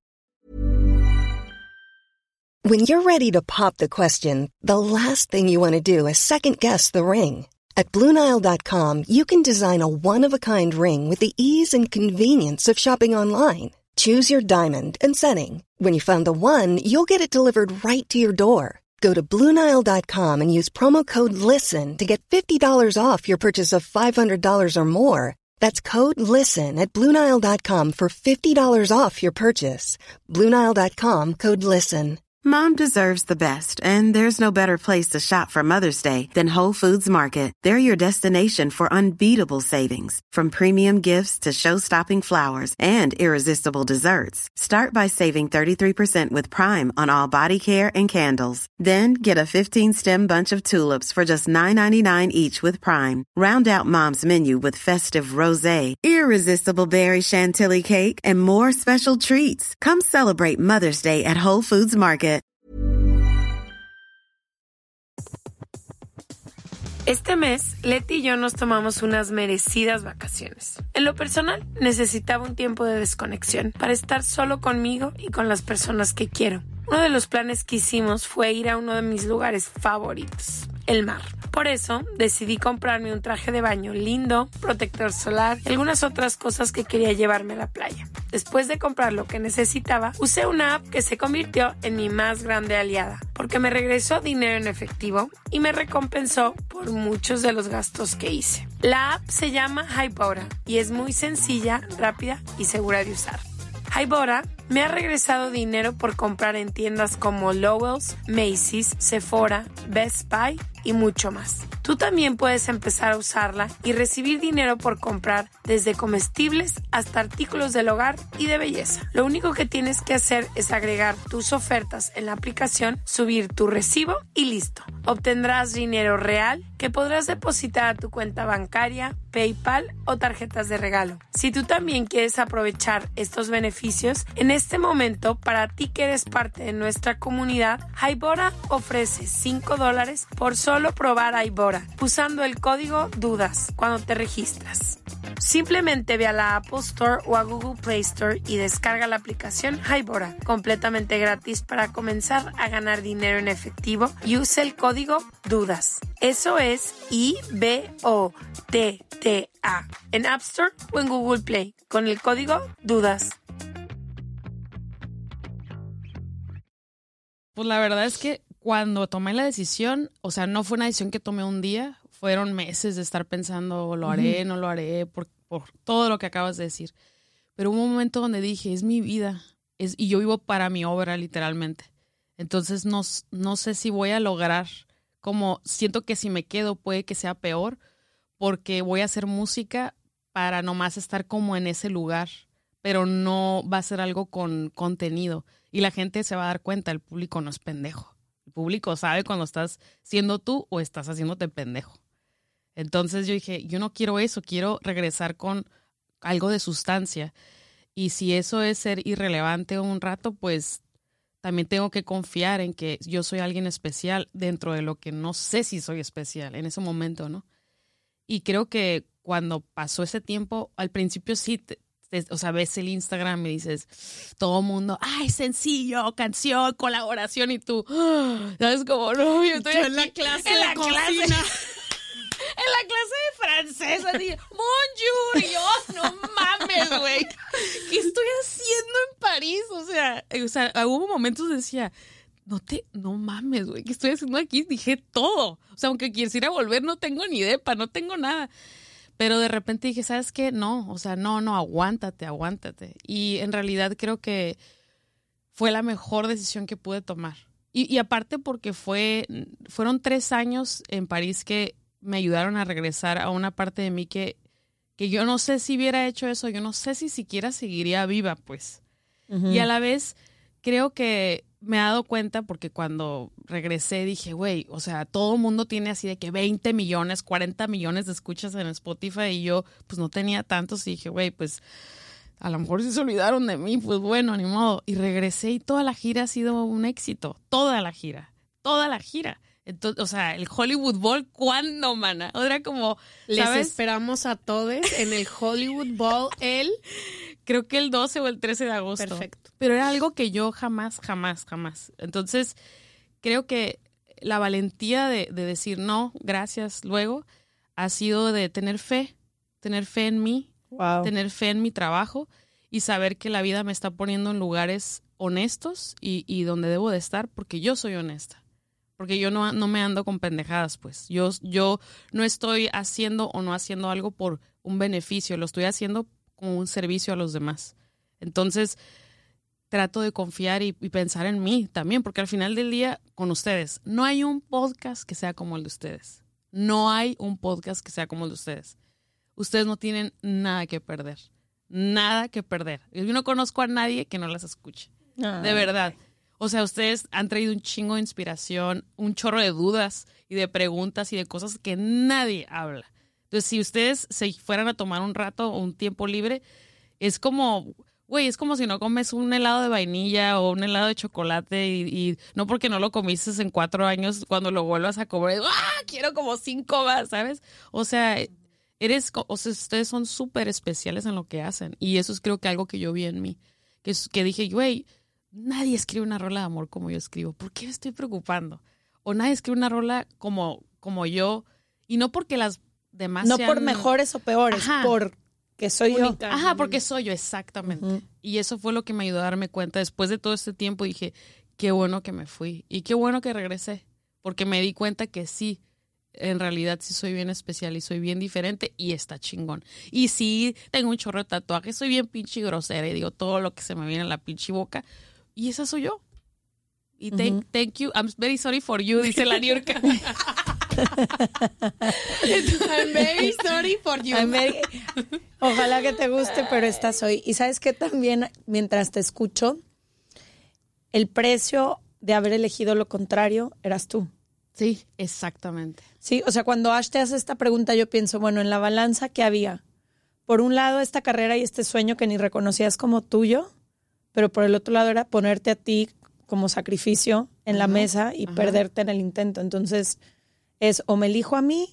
When you're ready to pop the question, the last thing you want to do is second-guess the ring. At Blue Nile dot com, you can design a one-of-a-kind ring with the ease and convenience of shopping online. Choose your diamond and setting. When you find the one, you'll get it delivered right to your door. Go to Blue Nile dot com and use promo code LISTEN to get fifty dollars off your purchase of five hundred dollars or more. That's code LISTEN at Blue Nile dot com for fifty dollars off your purchase. Blue Nile dot com, code LISTEN. Mom deserves the best, and there's no better place to shop for Mother's Day than Whole Foods Market. They're your destination for unbeatable savings, from premium gifts to show-stopping flowers and irresistible desserts. Start by saving thirty-three percent with Prime on all body care and candles. Then get a fifteen-stem bunch of tulips for just nine ninety-nine each with Prime. Round out Mom's menu with festive rosé, irresistible berry chantilly cake, and more special treats. Come celebrate Mother's Day at Whole Foods Market. Este mes, Leti y yo nos tomamos unas merecidas vacaciones. En lo personal, necesitaba un tiempo de desconexión para estar solo conmigo y con las personas que quiero. Uno de los planes que hicimos fue ir a uno de mis lugares favoritos, el mar. Por eso decidí comprarme un traje de baño lindo, protector solar y algunas otras cosas que quería llevarme a la playa. Después de comprar lo que necesitaba, usé una app que se convirtió en mi más grande aliada, porque me regresó dinero en efectivo y me recompensó por muchos de los gastos que hice. La app se llama Hybora y es muy sencilla, rápida y segura de usar. Hybora me ha regresado dinero por comprar en tiendas como Lowell's, Macy's, Sephora, Best Buy y mucho más. Tú también puedes empezar a usarla y recibir dinero por comprar desde comestibles hasta artículos del hogar y de belleza. Lo único que tienes que hacer es agregar tus ofertas en la aplicación, subir tu recibo y listo. Obtendrás dinero real que podrás depositar a tu cuenta bancaria, PayPal o tarjetas de regalo. Si tú también quieres aprovechar estos beneficios, en este momento, para ti que eres parte de nuestra comunidad, Hybora ofrece cinco dólares por solo probar Hybora, usando el código DUDAS cuando te registras. Simplemente ve a la Apple Store o a Google Play Store y descarga la aplicación Hybora, completamente gratis para comenzar a ganar dinero en efectivo, y usa el código DUDAS. Eso es I B O D D A en App Store o en Google Play con el código DUDAS. Pues la verdad es que cuando tomé la decisión, o sea, no fue una decisión que tomé un día, fueron meses de estar pensando, lo haré, no lo haré, por, por todo lo que acabas de decir. Pero hubo un momento donde dije, es mi vida, es, y yo vivo para mi obra, literalmente. Entonces no, no sé si voy a lograr, como siento que si me quedo puede que sea peor, porque voy a hacer música para nomás estar como en ese lugar, pero no va a ser algo con contenido. Y la gente se va a dar cuenta, el público no es pendejo. El público sabe cuando estás siendo tú o estás haciéndote pendejo. Entonces yo dije, yo no quiero eso, quiero regresar con algo de sustancia. Y si eso es ser irrelevante un rato, pues también tengo que confiar en que yo soy alguien especial dentro de lo que no sé si soy especial en ese momento, ¿no? Y creo que cuando pasó ese tiempo, al principio sí, te, te, o sea, ves el Instagram y dices, todo mundo, ay, sencillo, canción, colaboración, y tú, ¿sabes? Como, no, yo estoy yo aquí, en la clase en de la cocina. clase. En la clase de francés, así, bonjour, y yo, no mames, güey, ¿qué estoy haciendo en París? O sea, o sea, hubo momentos que decía, no te, no mames, güey, ¿qué estoy haciendo aquí? Dije todo. O sea, aunque quisiera volver, no tengo ni depa, no tengo nada. Pero de repente dije, ¿sabes qué? No, o sea, no, no, aguántate, aguántate. Y en realidad creo que fue la mejor decisión que pude tomar. Y, y aparte porque fue, fueron tres años en París que me ayudaron a regresar a una parte de mí que, que yo no sé si hubiera hecho eso, yo no sé si siquiera seguiría viva, pues. Uh-huh. Y a la vez creo que me he dado cuenta porque cuando regresé dije, güey, o sea, todo el mundo tiene así de que veinte millones, cuarenta millones de escuchas en Spotify y yo pues no tenía tantos y dije, güey, pues a lo mejor sí se olvidaron de mí, pues bueno, ni modo. Y regresé y toda la gira ha sido un éxito, toda la gira, toda la gira. Entonces, o sea, el Hollywood Bowl, ¿cuándo, mana? O era como, ¿sabes? Les esperamos a todos en el Hollywood Bowl el... Creo que el doce o el trece de agosto. Perfecto. Pero era algo que yo jamás, jamás, jamás. Entonces, creo que la valentía de, de decir no, gracias, luego, ha sido de tener fe, tener fe en mí, wow. tener fe en mi trabajo y saber que la vida me está poniendo en lugares honestos y, y donde debo de estar porque yo soy honesta. Porque yo no, no me ando con pendejadas, pues. Yo, yo no estoy haciendo o no haciendo algo por un beneficio, lo estoy haciendo como un servicio a los demás. Entonces, trato de confiar y, y pensar en mí también, porque al final del día, con ustedes, no hay un podcast que sea como el de ustedes. No hay un podcast que sea como el de ustedes. Ustedes no tienen nada que perder. Nada que perder. Yo no conozco a nadie que no las escuche. Ay. De verdad. O sea, ustedes han traído un chingo de inspiración, un chorro de dudas y de preguntas y de cosas que nadie habla. Entonces, si ustedes se fueran a tomar un rato o un tiempo libre, es como, güey, es como si no comes un helado de vainilla o un helado de chocolate y, y no porque no lo comiste en cuatro años, cuando lo vuelvas a comer, ¡ah! Quiero como cinco más, ¿sabes? O sea, eres, o sea, ustedes son súper especiales en lo que hacen y eso es creo que algo que yo vi en mí, que, que dije, güey, nadie escribe una rola de amor como yo escribo, ¿por qué me estoy preocupando? O nadie escribe una rola como como yo, y no porque las demás No sean... por mejores o peores, Ajá. porque soy Única. yo. Ajá, porque soy yo, exactamente. Uh-huh. Y eso fue lo que me ayudó a darme cuenta. Después de todo este tiempo dije, qué bueno que me fui y qué bueno que regresé, porque me di cuenta que sí, en realidad sí soy bien especial y soy bien diferente y está chingón. Y sí, tengo un chorro de tatuajes, soy bien pinche grosera y digo todo lo que se me viene a la pinche boca y esa soy yo. Y thank, uh-huh. thank you, I'm very sorry for you, dice la Niurka. I'm very sorry for you. Very... Ojalá que te guste, pero esta soy. Y sabes que también, mientras te escucho, el precio de haber elegido lo contrario eras tú. Sí, exactamente. Sí, o sea, cuando Ash te hace esta pregunta, yo pienso, bueno, en la balanza, ¿qué había? Por un lado, esta carrera y este sueño que ni reconocías como tuyo, pero por el otro lado era ponerte a ti como sacrificio en uh-huh. la mesa y uh-huh. perderte en el intento. Entonces, es o me elijo a mí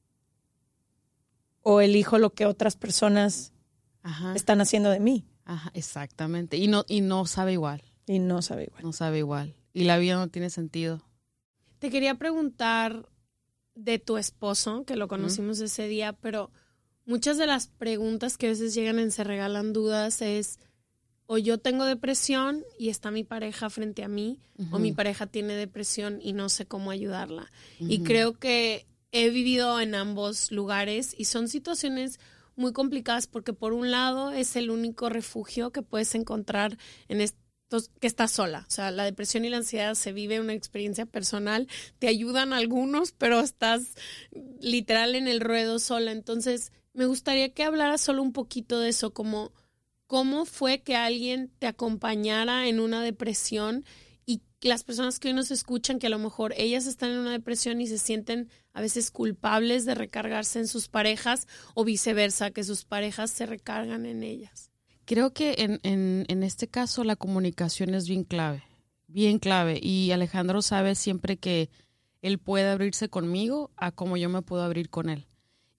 o elijo lo que otras personas uh-huh. están haciendo de mí. Ajá, exactamente. Y no, y no sabe igual. Y no sabe igual. No sabe igual. Y la vida no tiene sentido. Te quería preguntar de tu esposo, que lo conocimos uh-huh. ese día, pero muchas de las preguntas que a veces llegan en Se Regalan Dudas es, o yo tengo depresión y está mi pareja frente a mí, uh-huh. o mi pareja tiene depresión y no sé cómo ayudarla. Uh-huh. Y creo que he vivido en ambos lugares y son situaciones muy complicadas porque por un lado es el único refugio que puedes encontrar en este que estás sola, o sea, la depresión y la ansiedad se vive una experiencia personal, te ayudan algunos, pero estás literal en el ruedo sola. Entonces, me gustaría que hablaras solo un poquito de eso, como cómo fue que alguien te acompañara en una depresión y las personas que hoy nos escuchan, que a lo mejor ellas están en una depresión y se sienten a veces culpables de recargarse en sus parejas o viceversa, que sus parejas se recargan en ellas. Creo que en, en, en este caso la comunicación es bien clave, bien clave. Y Alejandro sabe siempre que él puede abrirse conmigo a como yo me puedo abrir con él.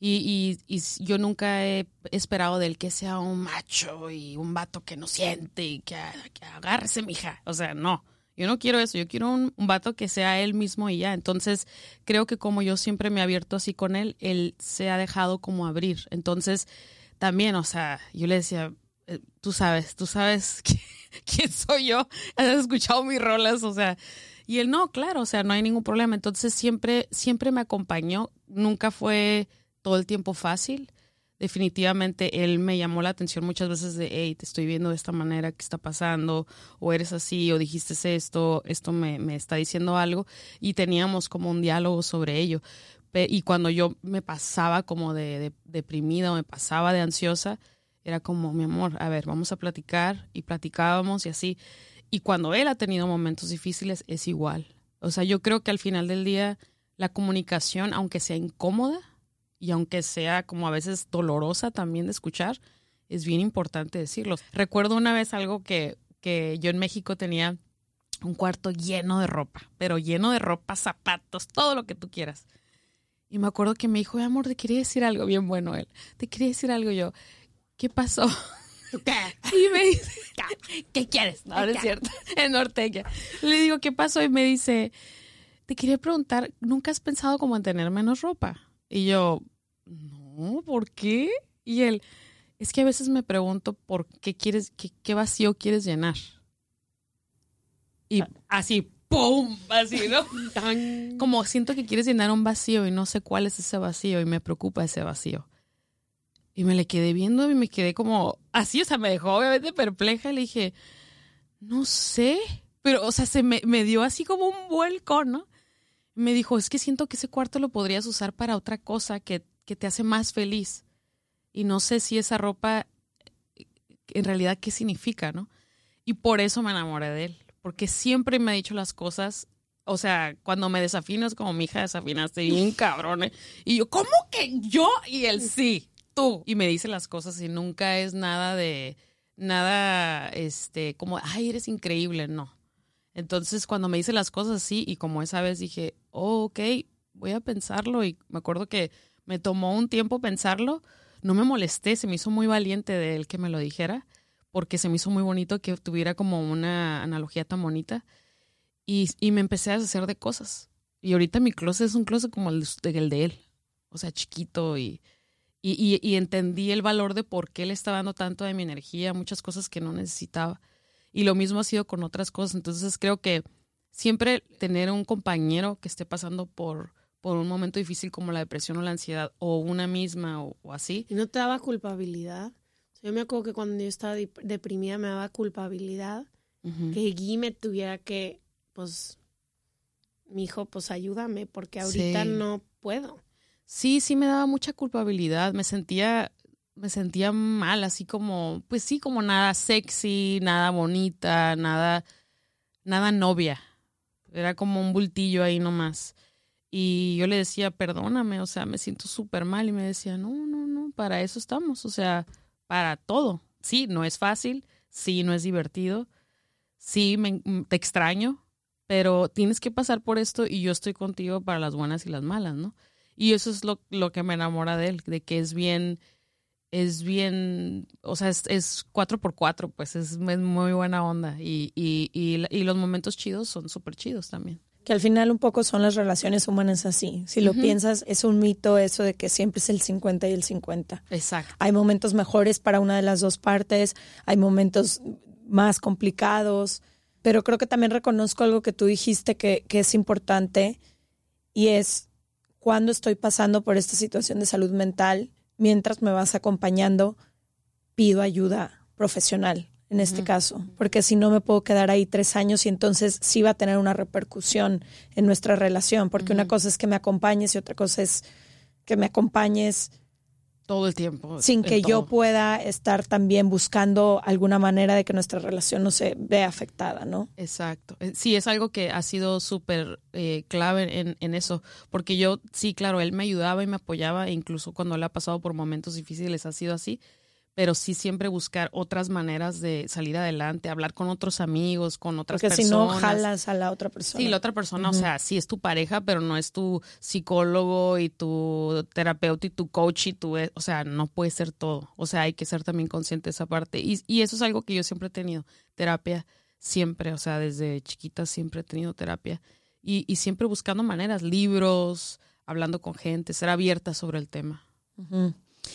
Y, y, y yo nunca he esperado de él que sea un macho y un vato que no siente y que, que agárrese, mija. O sea, no, yo no quiero eso. Yo quiero un, un vato que sea él mismo y ya. Entonces, creo que como yo siempre me he abierto así con él, él se ha dejado como abrir. Entonces, también, o sea, yo le decía... Tú sabes, tú sabes quién soy yo, has escuchado mis rolas, o sea, y él no, claro, o sea, no hay ningún problema. Entonces siempre, siempre me acompañó, nunca fue todo el tiempo fácil. Definitivamente él me llamó la atención muchas veces de, hey, te estoy viendo de esta manera, ¿qué está pasando? O eres así, o dijiste esto, esto me, me está diciendo algo, y teníamos como un diálogo sobre ello. Y cuando yo me pasaba como de, de deprimida o me pasaba de ansiosa, era como, mi amor, a ver, vamos a platicar, y platicábamos y así. Y cuando él ha tenido momentos difíciles, es igual. O sea, yo creo que al final del día, la comunicación, aunque sea incómoda y aunque sea como a veces dolorosa también de escuchar, es bien importante decirlo. Recuerdo una vez algo que, que yo en México tenía un cuarto lleno de ropa, pero lleno de ropa, zapatos, todo lo que tú quieras. Y me acuerdo que me dijo, amor, te quería decir algo, bien bueno él, te quería decir algo yo. ¿Qué pasó? ¿Qué? Y me dice, ¿qué quieres? No, no es cierto, en norteña. Le digo, ¿qué pasó? Y me dice, te quería preguntar, ¿nunca has pensado como en tener menos ropa? Y yo, no, ¿por qué? Y él, es que a veces me pregunto por qué quieres, qué, qué vacío quieres llenar. Y así, ¡pum! Así, ¿no? Como siento que quieres llenar un vacío y no sé cuál es ese vacío y me preocupa ese vacío. Y me le quedé viendo y me quedé como así, o sea, me dejó obviamente perpleja. Y le dije, no sé, pero, o sea, se me, me dio así como un vuelco, ¿no? Y me dijo, es que siento que ese cuarto lo podrías usar para otra cosa que, que te hace más feliz. Y no sé si esa ropa, en realidad, ¿qué significa, no? Y por eso me enamoré de él, porque siempre me ha dicho las cosas. O sea, cuando me desafinas como mi hija, desafinaste bien cabrón, ¿eh? Y yo, ¿cómo que yo? Y él, sí. Y me dice las cosas y nunca es nada de, nada, este, como, ay, eres increíble, no. Entonces, cuando me dice las cosas así, y como esa vez dije, oh, ok, voy a pensarlo, y me acuerdo que me tomó un tiempo pensarlo, no me molesté, se me hizo muy valiente de él que me lo dijera, porque se me hizo muy bonito que tuviera como una analogía tan bonita, y, y me empecé a deshacer de cosas. Y ahorita mi closet es un closet como el de, el de él. O sea, chiquito y, y, y, y entendí el valor de por qué le estaba dando tanto de mi energía, muchas cosas que no necesitaba. Y lo mismo ha sido con otras cosas. Entonces creo que siempre tener un compañero que esté pasando por, por un momento difícil como la depresión o la ansiedad, o una misma o, o así. ¿Y no te daba culpabilidad? Yo me acuerdo que cuando yo estaba deprimida me daba culpabilidad. Uh-huh. Que Gui me tuviera que, pues, mi hijo, pues ayúdame, porque ahorita sí. no puedo. Sí, sí me daba mucha culpabilidad. Me sentía, me sentía mal, así como, pues sí, como nada sexy, nada bonita, nada, nada novia. Era como un bultillo ahí nomás. Y yo le decía, perdóname, o sea, me siento súper mal. Y me decía, no, no, no, para eso estamos, o sea, para todo. Sí, no es fácil, sí, no es divertido. Sí, me, te extraño, pero tienes que pasar por esto y yo estoy contigo para las buenas y las malas, ¿no? Y eso es lo, lo que me enamora de él, de que es bien, es bien, o sea, es, es cuatro por cuatro, pues es, es muy buena onda y, y, y, y los momentos chidos son súper chidos también. Que al final un poco son las relaciones humanas así. Si lo uh-huh. piensas, es un mito eso de que siempre es el cincuenta y el cincuenta. Exacto. Hay momentos mejores para una de las dos partes, hay momentos más complicados, pero creo que también reconozco algo que tú dijiste que, que es importante y es cuando estoy pasando por esta situación de salud mental, mientras me vas acompañando, pido ayuda profesional en este uh-huh. caso, porque si no me puedo quedar ahí tres años y entonces sí va a tener una repercusión en nuestra relación, porque uh-huh. una cosa es que me acompañes y otra cosa es que me acompañes todo el tiempo. Sin que yo pueda estar también buscando alguna manera de que nuestra relación no se vea afectada, ¿no? Exacto. Sí, es algo que ha sido súper eh, clave en, en eso. Porque yo, sí, claro, él me ayudaba y me apoyaba, e incluso cuando él ha pasado por momentos difíciles ha sido así. Pero sí siempre buscar otras maneras de salir adelante, hablar con otros amigos, con otras Porque personas. Porque si no, jalas a la otra persona. Sí, la otra persona, uh-huh. o sea, sí es tu pareja, pero no es tu psicólogo y tu terapeuta y tu coach y tu... O sea, no puede ser todo. O sea, hay que ser también consciente de esa parte. Y, y eso es algo que yo siempre he tenido, terapia, siempre. O sea, desde chiquita siempre he tenido terapia. Y, y siempre buscando maneras, libros, hablando con gente, ser abierta sobre el tema. Uh-huh.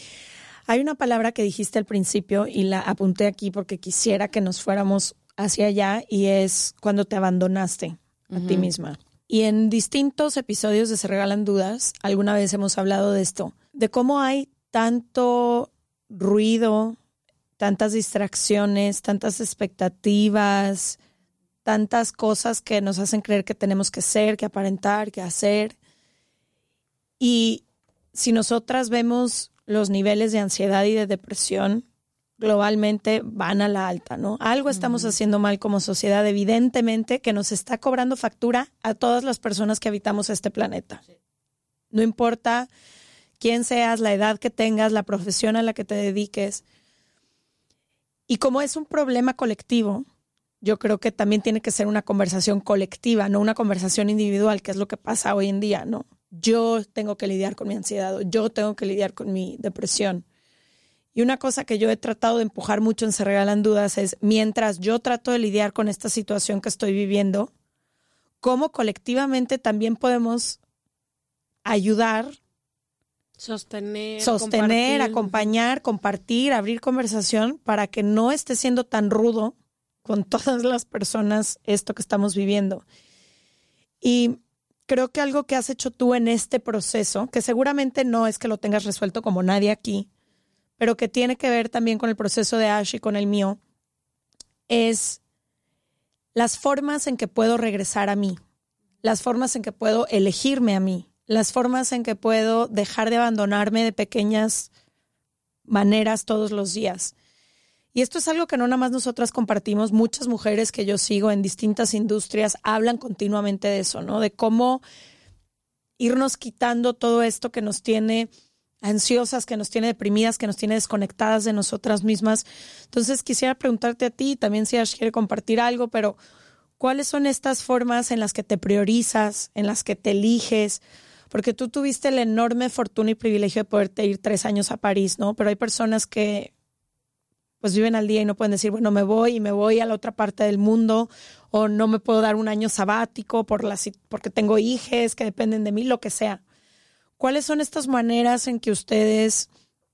Hay una palabra que dijiste al principio y la apunté aquí porque quisiera que nos fuéramos hacia allá y es cuando te abandonaste a uh-huh. ti misma. Y en distintos episodios de Se Regalan Dudas, alguna vez hemos hablado de esto, de cómo hay tanto ruido, tantas distracciones, tantas expectativas, tantas cosas que nos hacen creer que tenemos que ser, que aparentar, que hacer. Y si nosotras vemos los niveles de ansiedad y de depresión globalmente van a la alta, ¿no? Algo estamos haciendo mal como sociedad, evidentemente, que nos está cobrando factura a todas las personas que habitamos este planeta. No importa quién seas, la edad que tengas, la profesión a la que te dediques. Y como es un problema colectivo, yo creo que también tiene que ser una conversación colectiva, no una conversación individual, que es lo que pasa hoy en día, ¿no? Yo tengo que lidiar con mi ansiedad, yo tengo que lidiar con mi depresión. Y una cosa que yo he tratado de empujar mucho en Se Regalan Dudas es, mientras yo trato de lidiar con esta situación que estoy viviendo, cómo colectivamente también podemos ayudar, sostener, sostener, compartir. acompañar, compartir, abrir conversación para que no esté siendo tan rudo con todas las personas esto que estamos viviendo. Y creo que algo que has hecho tú en este proceso, que seguramente no es que lo tengas resuelto como nadie aquí, pero que tiene que ver también con el proceso de Ash y con el mío, es las formas en que puedo regresar a mí, las formas en que puedo elegirme a mí, las formas en que puedo dejar de abandonarme de pequeñas maneras todos los días. Y esto es algo que no nada más nosotras compartimos, muchas mujeres que yo sigo en distintas industrias hablan continuamente de eso, ¿no? De cómo irnos quitando todo esto que nos tiene ansiosas, que nos tiene deprimidas, que nos tiene desconectadas de nosotras mismas. Entonces quisiera preguntarte a ti, también si Ash quiere compartir algo, pero ¿cuáles son estas formas en las que te priorizas, en las que te eliges? Porque tú tuviste la enorme fortuna y privilegio de poderte ir tres años a París, ¿no? Pero hay personas que pues viven al día y no pueden decir, bueno, me voy y me voy a la otra parte del mundo, o no me puedo dar un año sabático por la, porque tengo hijas que dependen de mí, lo que sea. ¿Cuáles son estas maneras en que ustedes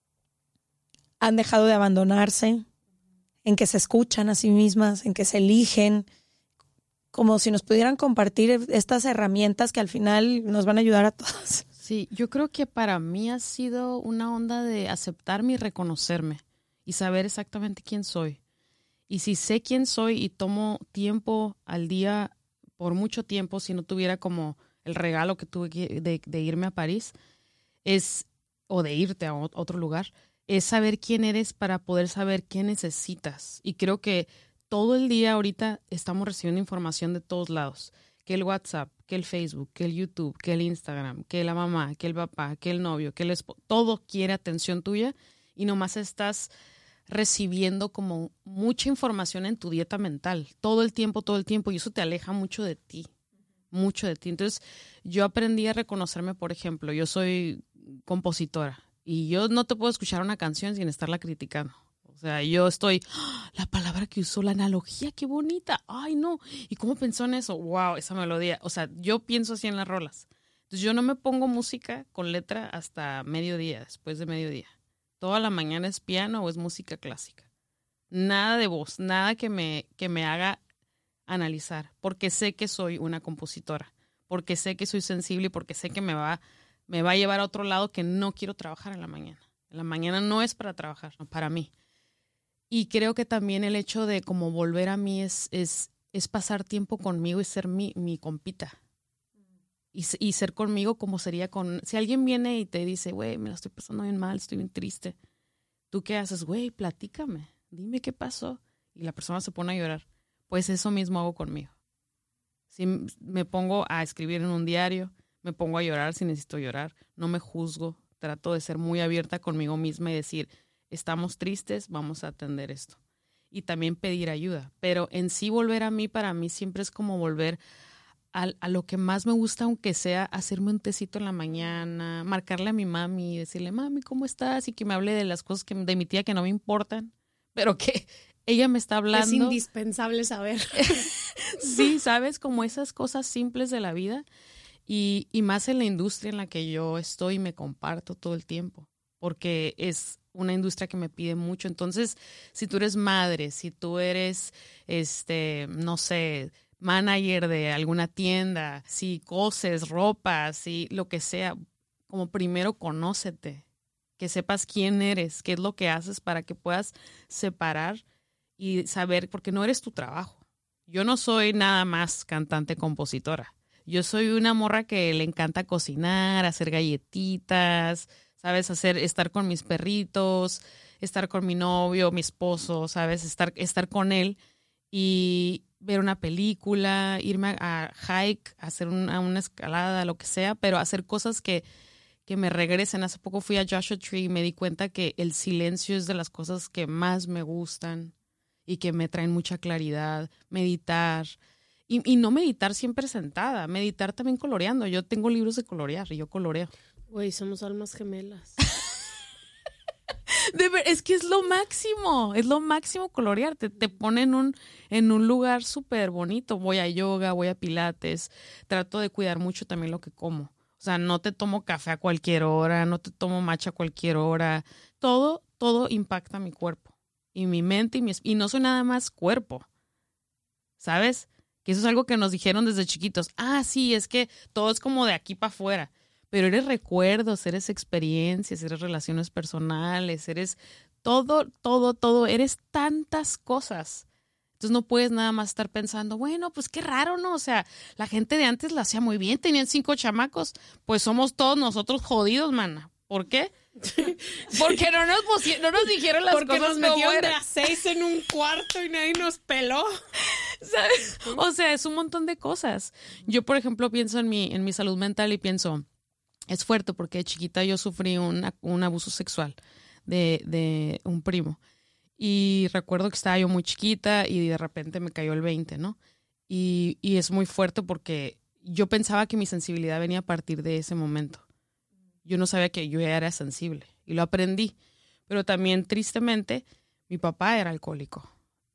han dejado de abandonarse, en que se escuchan a sí mismas, en que se eligen, como si nos pudieran compartir estas herramientas que al final nos van a ayudar a todos? Sí, yo creo que para mí ha sido una onda de aceptarme y reconocerme y saber exactamente quién soy. Y si sé quién soy y tomo tiempo al día, por mucho tiempo, si no tuviera como el regalo que tuve que, de, de irme a París, es, o de irte a otro lugar, es saber quién eres para poder saber qué necesitas. Y creo que todo el día ahorita estamos recibiendo información de todos lados. Que el WhatsApp, que el Facebook, que el YouTube, que el Instagram, que la mamá, que el papá, que el novio, que el esposo. Todo quiere atención tuya y nomás estás recibiendo como mucha información en tu dieta mental. Todo el tiempo, todo el tiempo. Y eso te aleja mucho de ti. Mucho de ti. Entonces, yo aprendí a reconocerme, por ejemplo. Yo soy compositora. Y yo no te puedo escuchar una canción sin estarla criticando. O sea, yo estoy, ¡oh! La palabra que usó, la analogía, qué bonita. Ay, no. ¿Y cómo pensó en eso? Wow, esa melodía. O sea, yo pienso así en las rolas. Entonces, yo no me pongo música con letra hasta mediodía, después de mediodía. Toda la mañana es piano o es música clásica. Nada de voz, nada que me, que me haga analizar. Porque sé que soy una compositora. Porque sé que soy sensible y porque sé que me va, me va a llevar a otro lado que no quiero trabajar en la mañana. En la mañana no es para trabajar, no, para mí. Y creo que también el hecho de como volver a mí es, es, es pasar tiempo conmigo y ser mi, mi compita. Y, y ser conmigo como sería con... Si alguien viene y te dice, güey, me la estoy pasando bien mal, estoy bien triste. ¿Tú qué haces? Güey, platícame, dime qué pasó. Y la persona se pone a llorar. Pues eso mismo hago conmigo. Si me pongo a escribir en un diario, me pongo a llorar si necesito llorar. No me juzgo, trato de ser muy abierta conmigo misma y decir... Estamos tristes, vamos a atender esto. Y también pedir ayuda. Pero en sí volver a mí, para mí siempre es como volver a, a lo que más me gusta, aunque sea hacerme un tecito en la mañana, marcarle a mi mami y decirle, mami, ¿cómo estás? Y que me hable de las cosas que, de mi tía que no me importan, pero que ella me está hablando. Es indispensable saber. Sí, ¿sabes? Como esas cosas simples de la vida. Y, y más en la industria en la que yo estoy y me comparto todo el tiempo. Porque es una industria que me pide mucho. Entonces, si tú eres madre, si tú eres, este, no sé, manager de alguna tienda, si coses ropa, si lo que sea, como primero conócete, que sepas quién eres, qué es lo que haces para que puedas separar y saber, porque no eres tu trabajo. Yo no soy nada más cantante, compositora. Yo soy una morra que le encanta cocinar, hacer galletitas, ¿sabes? Hacer, estar con mis perritos, estar con mi novio, mi esposo, ¿sabes? Estar, estar con él y ver una película, irme a, a hike, hacer una, una escalada, lo que sea, pero hacer cosas que, que me regresen. Hace poco fui a Joshua Tree y me di cuenta que el silencio es de las cosas que más me gustan y que me traen mucha claridad. Meditar. Y, y no meditar siempre sentada, meditar también coloreando. Yo tengo libros de colorear y yo coloreo. Güey, somos almas gemelas. De ver, es que es lo máximo, es lo máximo colorear. Te, te pone en un, en un lugar súper bonito. Voy a yoga, voy a pilates. Trato de cuidar mucho también lo que como. O sea, no te tomo café a cualquier hora, no te tomo matcha a cualquier hora. Todo, todo impacta mi cuerpo y mi mente y mi y no soy nada más cuerpo. ¿Sabes? Que eso es algo que nos dijeron desde chiquitos. Ah, sí, es que todo es como de aquí para afuera. Pero eres recuerdos, eres experiencias, eres relaciones personales, eres todo, todo, todo. Eres tantas cosas. Entonces no puedes nada más estar pensando, bueno, pues qué raro, ¿no? O sea, la gente de antes lo hacía muy bien, tenían cinco chamacos. Pues somos todos nosotros jodidos, mana. ¿Por qué? Porque no nos, pusi- no nos dijeron las Porque cosas nos metieron como de eran. a seis en un cuarto y nadie nos peló. ¿Sabes? O sea, es un montón de cosas. Yo, por ejemplo, pienso en mi, en mi salud mental y pienso, es fuerte porque de chiquita yo sufrí una, un abuso sexual de, de un primo. Y recuerdo que estaba yo muy chiquita y de repente me cayó el veinte, ¿no? Y, y es muy fuerte porque yo pensaba que mi sensibilidad venía a partir de ese momento. Yo no sabía que yo ya era sensible y lo aprendí. Pero también, tristemente, Mi papá era alcohólico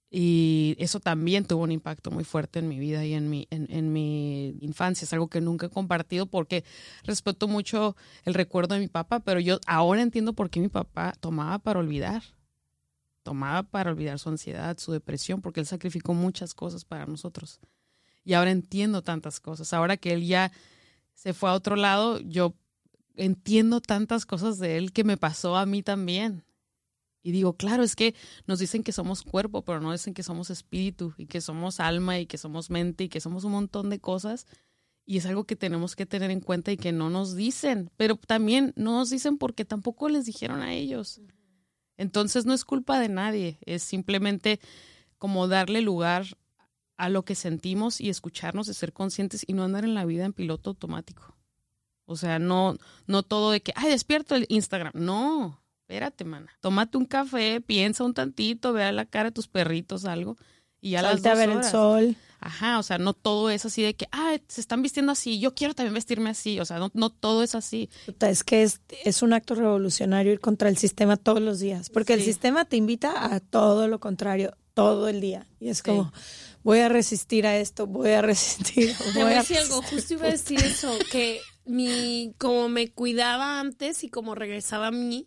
y eso también tuvo un impacto muy fuerte en mi vida y en mi, en, en mi infancia. Es algo que nunca he compartido porque respeto mucho el recuerdo de mi papá, pero yo ahora entiendo por qué mi papá tomaba para olvidar. Tomaba para olvidar su ansiedad, su depresión, porque él sacrificó muchas cosas para nosotros. Y ahora entiendo tantas cosas. Ahora que él ya se fue a otro lado, yo entiendo tantas cosas de él que me pasó a mí también. Y digo, claro, es que nos dicen que somos cuerpo, pero no dicen que somos espíritu y que somos alma y que somos mente y que somos un montón de cosas. Y es algo que tenemos que tener en cuenta y que no nos dicen. Pero también no nos dicen porque tampoco les dijeron a ellos. Entonces no es culpa de nadie. Es simplemente como darle lugar a lo que sentimos y escucharnos y ser conscientes y no andar en la vida en piloto automático. O sea, no, no todo de que, ay, despierto el Instagram. No. Espérate, mana. Tómate un café, piensa un tantito, ve a la cara de tus perritos, algo, y ya las dos a ver horas. el sol. Ajá, o sea, no todo es así de que, ah, se están vistiendo así, yo quiero también vestirme así. O sea, no, no todo es así. Es que es, es un acto revolucionario ir contra el sistema todos los días, porque sí. El sistema te invita a todo lo contrario todo el día. Y es como, sí. voy a resistir a esto, voy a resistir. Voy a decir algo, justo iba a decir eso, que mi, como me cuidaba antes y como regresaba a mí,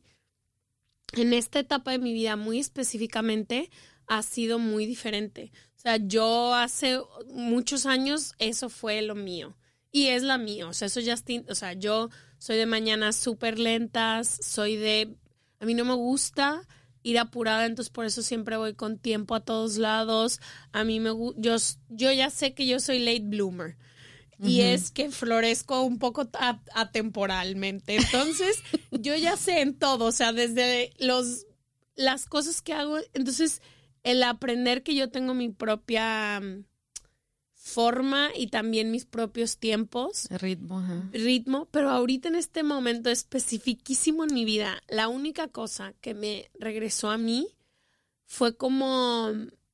en esta etapa de mi vida muy específicamente ha sido muy diferente. O sea, yo hace muchos años eso fue lo mío y es la mía. O sea, eso ya, o sea, yo soy de mañanas súper lentas, soy de, a mí no me gusta ir apurada, entonces por eso siempre voy con tiempo a todos lados. A mí me yo yo ya sé que yo soy late bloomer. Y uh-huh. es que florezco un poco atemporalmente. Entonces, yo ya sé en todo, o sea, desde los las cosas que hago. Entonces, el aprender que yo tengo mi propia um, forma y también mis propios tiempos. Ritmo. Uh-huh. Ritmo, pero ahorita en este momento especificísimo en mi vida, la única cosa que me regresó a mí fue como,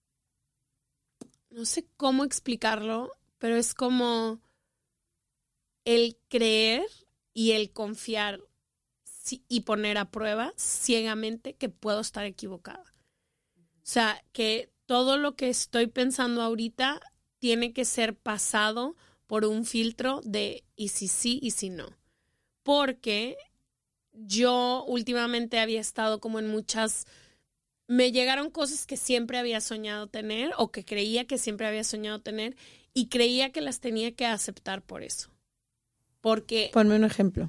no sé cómo explicarlo, pero es como el creer y el confiar y poner a prueba ciegamente que puedo estar equivocada. O sea, que todo lo que estoy pensando ahorita tiene que ser pasado por un filtro de y si sí y si no. Porque yo últimamente había estado como en muchas... Me llegaron cosas que siempre había soñado tener o que creía que siempre había soñado tener y creía que las tenía que aceptar por eso. Porque... Ponme un ejemplo.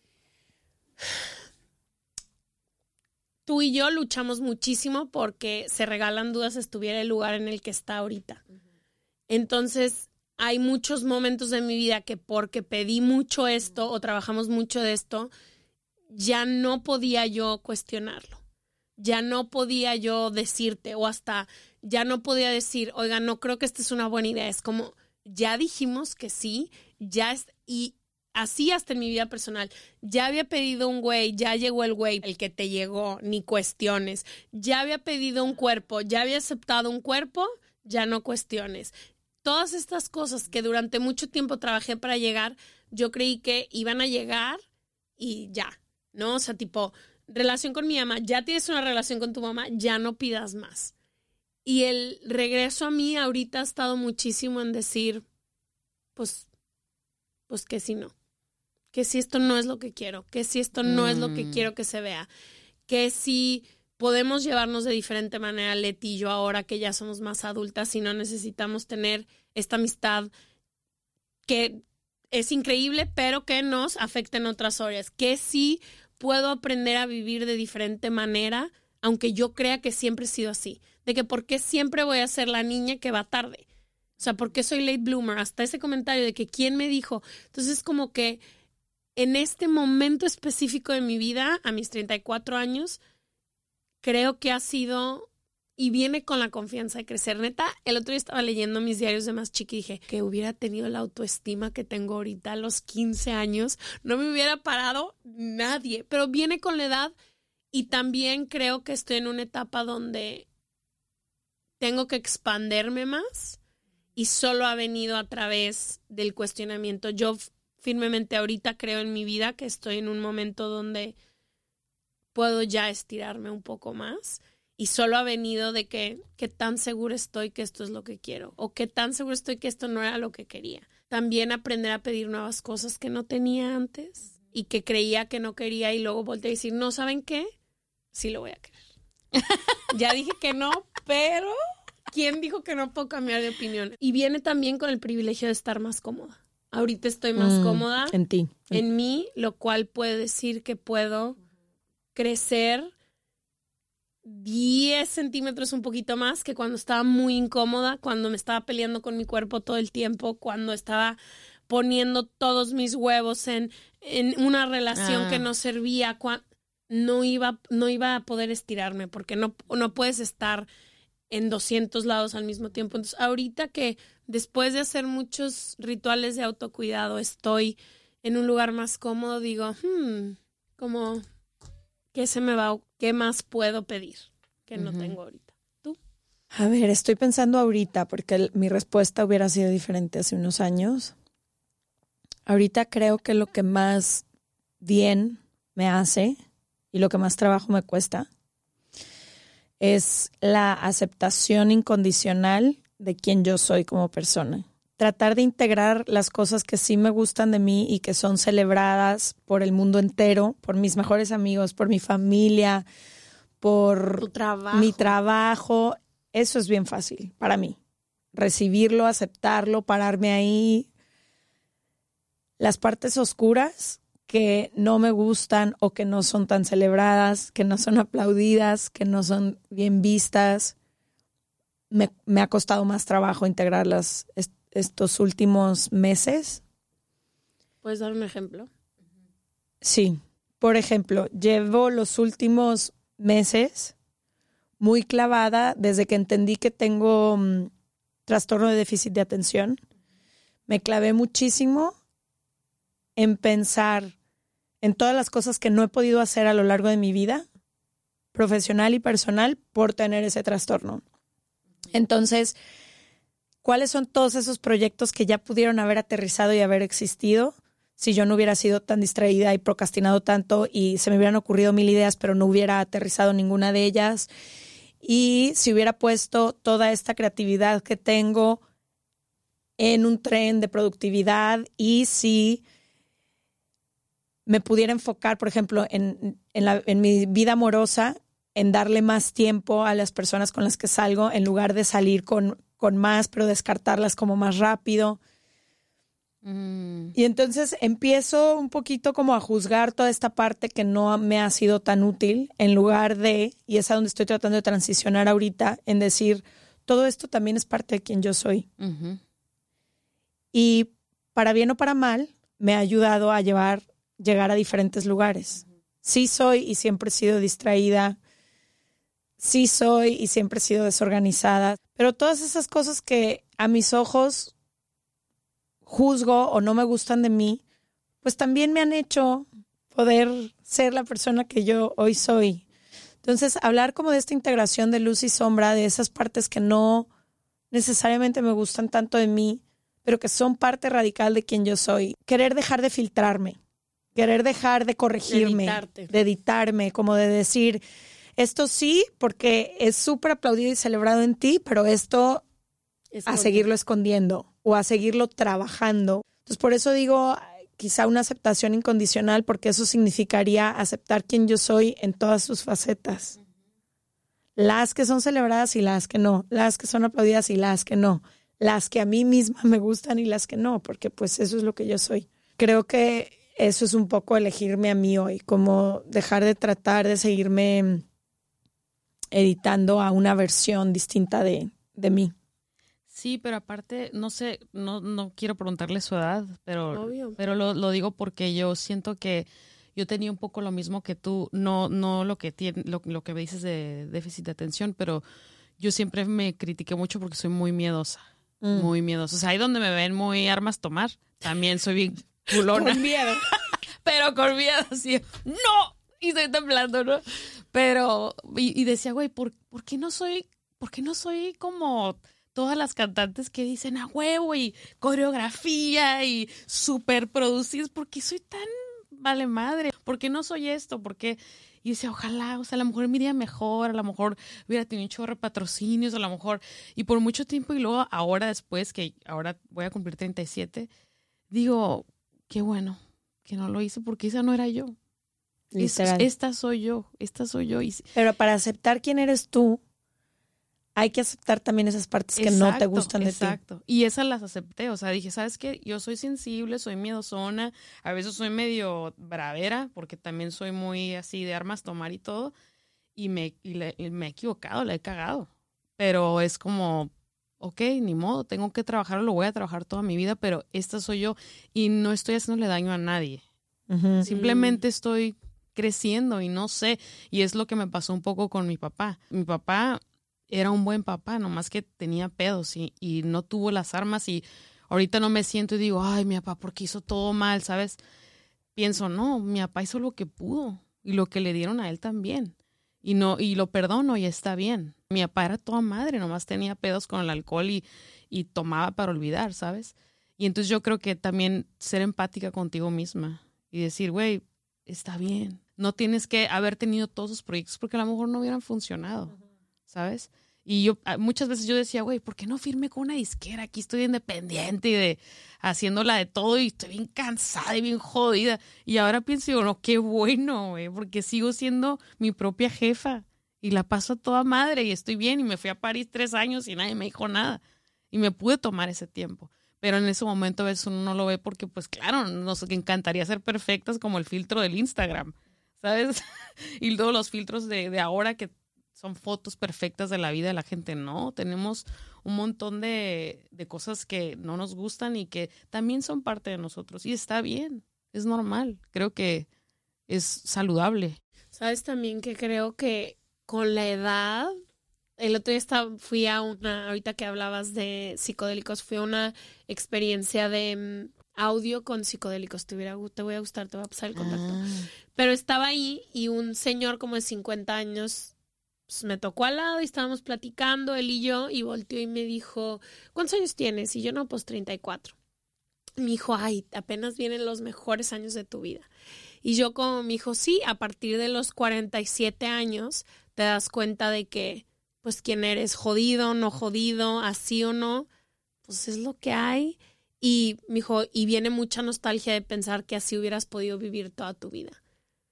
Tú y yo luchamos muchísimo porque Se Regalan Dudas estuviera el lugar en el que está ahorita. Uh-huh. Entonces, hay muchos momentos de mi vida que porque pedí mucho esto uh-huh. o trabajamos mucho de esto, ya no podía yo cuestionarlo. Ya no podía yo decirte o hasta ya no podía decir, oiga, no creo que esta es una buena idea. Es como, ya dijimos que sí, ya es... y así hasta en mi vida personal. Ya había pedido un güey, ya llegó el güey, el que te llegó, ni cuestiones. Ya había pedido un cuerpo, ya había aceptado un cuerpo, ya no cuestiones. Todas estas cosas que durante mucho tiempo trabajé para llegar, yo creí que iban a llegar y ya, ¿no? O sea, tipo, relación con mi mamá, ya tienes una relación con tu mamá, ya no pidas más. Y el regreso a mí ahorita ha estado muchísimo en decir, pues, pues que si no. Que si esto no es lo que quiero, que si esto no mm. es lo que quiero que se vea, que si podemos llevarnos de diferente manera Leti y yo ahora que ya somos más adultas y no necesitamos tener esta amistad que es increíble, pero que nos afecta en otras áreas, que si puedo aprender a vivir de diferente manera, aunque yo crea que siempre he sido así, de que por qué siempre voy a ser la niña que va tarde, o sea, por qué soy late bloomer, hasta ese comentario de que quién me dijo, entonces como que en este momento específico de mi vida, a mis treinta y cuatro años, creo que ha sido y viene con la confianza de crecer. Neta, el otro día estaba leyendo mis diarios de más chica y dije que hubiera tenido la autoestima que tengo ahorita a los quince años, no me hubiera parado nadie, pero viene con la edad y también creo que estoy en una etapa donde tengo que expanderme más y solo ha venido a través del cuestionamiento. Yo firmemente ahorita creo en mi vida que estoy en un momento donde puedo ya estirarme un poco más Y solo ha venido de que qué tan segura estoy que esto es lo que quiero o qué tan segura estoy que esto no era lo que quería. También aprender a pedir nuevas cosas que no tenía antes y que creía que no quería y luego volteé a decir, no, ¿saben qué? Sí lo voy a querer. Ya dije que no, pero ¿quién dijo que no puedo cambiar de opinión? Y viene también con el privilegio de estar más cómoda. Ahorita estoy más mm, cómoda en ti, en mí, lo cual puede decir que puedo crecer diez centímetros un poquito más que cuando estaba muy incómoda, cuando me estaba peleando con mi cuerpo todo el tiempo, cuando estaba poniendo todos mis huevos en, en una relación ah. que no servía, cua- no iba, no iba a poder estirarme porque no, no puedes estar en doscientos lados al mismo tiempo. Entonces, ahorita que después de hacer muchos rituales de autocuidado estoy en un lugar más cómodo, digo, hmm, como... ¿Qué se me va? ¿Qué más puedo pedir que no uh-huh. tengo ahorita? ¿Tú? A ver, estoy pensando ahorita porque el, mi respuesta hubiera sido diferente hace unos años. Ahorita creo que lo que más bien me hace y lo que más trabajo me cuesta es la aceptación incondicional de quien yo soy como persona. Tratar de integrar las cosas que sí me gustan de mí y que son celebradas por el mundo entero, por mis mejores amigos, por mi familia, por tu trabajo. mi trabajo. Eso es bien fácil para mí. Recibirlo, aceptarlo, pararme ahí. Las partes oscuras que no me gustan o que no son tan celebradas, que no son aplaudidas, que no son bien vistas, me, me ha costado más trabajo integrarlas estos últimos meses. ¿Puedes dar un ejemplo? Sí. Por ejemplo, llevo los últimos meses muy clavada desde que entendí que tengo um, trastorno de déficit de atención. Me clavé muchísimo en pensar en todas las cosas que no he podido hacer a lo largo de mi vida, profesional y personal, por tener ese trastorno. Entonces, ¿cuáles son todos esos proyectos que ya pudieron haber aterrizado y haber existido si yo no hubiera sido tan distraída y procrastinado tanto y se me hubieran ocurrido mil ideas pero no hubiera aterrizado ninguna de ellas? Y si hubiera puesto toda esta creatividad que tengo en un tren de productividad y si me pudiera enfocar, por ejemplo, en, en, la, en mi vida amorosa, en darle más tiempo a las personas con las que salgo en lugar de salir con... con más, pero descartarlas como más rápido. Mm. Y entonces empiezo un poquito como a juzgar toda esta parte que no me ha sido tan útil, en lugar de, y es a donde estoy tratando de transicionar ahorita, en decir, todo esto también es parte de quien yo soy. Uh-huh. Y para bien o para mal, me ha ayudado a llevar, llegar a diferentes lugares. Uh-huh. Sí soy y siempre he sido distraída, sí soy y siempre he sido desorganizada, pero todas esas cosas que a mis ojos juzgo o no me gustan de mí, pues también me han hecho poder ser la persona que yo hoy soy. Entonces, hablar como de esta integración de luz y sombra, de esas partes que no necesariamente me gustan tanto de mí, pero que son parte radical de quien yo soy. Querer dejar de filtrarme, querer dejar de corregirme, Editarte. de editarme, como de decir... Esto sí, porque es súper aplaudido y celebrado en ti, pero esto Esconde. A seguirlo escondiendo o a seguirlo trabajando. Entonces, por eso digo, quizá una aceptación incondicional, porque eso significaría aceptar quién yo soy en todas sus facetas. Uh-huh. Las que son celebradas y las que no. Las que son aplaudidas y las que no. Las que a mí misma me gustan y las que no, porque pues eso es lo que yo soy. Creo que eso es un poco elegirme a mí hoy, como dejar de tratar de seguirme... editando a una versión distinta de, de mí. Sí, pero aparte, no sé, no, no quiero preguntarle su edad, pero, Obvio. pero lo, lo digo porque yo siento que yo tenía un poco lo mismo que tú, no, no lo que tiene, lo, lo que me dices de déficit de atención, pero yo siempre me critiqué mucho porque soy muy miedosa, mm. muy miedosa. O sea, ahí donde me ven muy armas tomar, también soy bien culona. Con miedo. Pero con miedo, así, ¡no! Y estoy temblando, ¿no? Pero, y, y decía, güey, ¿por, ¿por qué no soy, por qué no soy como todas las cantantes que dicen a huevo y coreografía y súper producidas? ¿Por qué soy tan vale madre. ¿Por qué no soy esto? ¿Por qué? Y dice, ojalá, o sea, a lo mejor me iría mejor, a lo mejor hubiera tenido un chorro de patrocinios, a lo mejor, y por mucho tiempo, y luego ahora después, que ahora voy a cumplir treinta y siete, digo, qué bueno que no lo hice, porque esa no era yo. Esta, esta soy yo, esta soy yo. Y... Pero para aceptar quién eres tú, hay que aceptar también esas partes que exacto, no te gustan de exacto. ti. Exacto, y esas las acepté, o sea, dije, ¿sabes qué? Yo soy sensible, soy miedosona, a veces soy medio bravera, porque también soy muy así de armas tomar y todo, y me, y le, y me he equivocado, la he cagado, pero es como, ok, ni modo, tengo que trabajarlo, lo voy a trabajar toda mi vida, pero esta soy yo, y no estoy haciéndole daño a nadie, uh-huh. simplemente estoy creciendo y no sé, y es lo que me pasó un poco con mi papá. Mi papá era un buen papá, nomás que tenía pedos y, y no tuvo las armas y ahorita no me siento y digo, ay, mi papá, ¿por qué hizo todo mal? ¿Sabes? Pienso, no, mi papá hizo lo que pudo y lo que le dieron a él también. Y no y lo perdono y está bien. Mi papá era toda madre, nomás tenía pedos con el alcohol y, y tomaba para olvidar, ¿sabes? Y entonces yo creo que también ser empática contigo misma y decir, güey, está bien. No tienes que haber tenido todos esos proyectos porque a lo mejor no hubieran funcionado. ¿Sabes? Y yo muchas veces yo decía, güey, ¿por qué no firmé con una disquera? Aquí estoy independiente y de haciéndola de todo y estoy bien cansada y bien jodida. Y ahora pienso, digo, no, qué bueno, güey, porque sigo siendo mi propia jefa y la paso a toda madre y estoy bien y me fui a París tres años y nadie me dijo nada. Y me pude tomar ese tiempo. Pero en ese momento a veces uno no lo ve porque, pues claro, nos encantaría ser perfectas como el filtro del Instagram, ¿sabes? Y todos los filtros de, de ahora que son fotos perfectas de la vida de la gente. No, tenemos un montón de, de cosas que no nos gustan y que también son parte de nosotros. Y está bien, es normal. Creo que es saludable. ¿Sabes también que creo que con la edad, el otro día estaba, fui a una, ahorita que hablabas de psicodélicos, fui a una experiencia de um, audio con psicodélicos. Te, hubiera, te voy a gustar, te voy a pasar el contacto. Ah. Pero estaba ahí y un señor como de cincuenta años... Pues me tocó al lado y estábamos platicando, él y yo, y volteó y me dijo, ¿cuántos años tienes? Y yo, no, pues treinta y cuatro. Me dijo, ay, apenas vienen los mejores años de tu vida. Y yo como me dijo, sí, a partir de los cuarenta y siete años te das cuenta de que, pues, quién eres, jodido, no jodido, así o no, pues es lo que hay. Y me dijo, y viene mucha nostalgia de pensar que así hubieras podido vivir toda tu vida.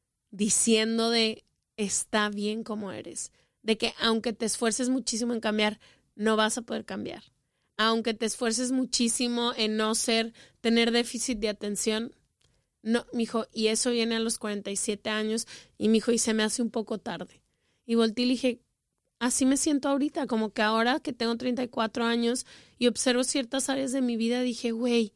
Diciendo de, está bien como eres. De que aunque te esfuerces muchísimo en cambiar, no vas a poder cambiar. Aunque te esfuerces muchísimo en no ser, tener déficit de atención, no, mijo, y eso viene a los cuarenta y siete años, y mijo, y se me hace un poco tarde. Y volteé y le dije, así me siento ahorita, como que ahora que tengo treinta y cuatro años y observo ciertas áreas de mi vida, dije, güey,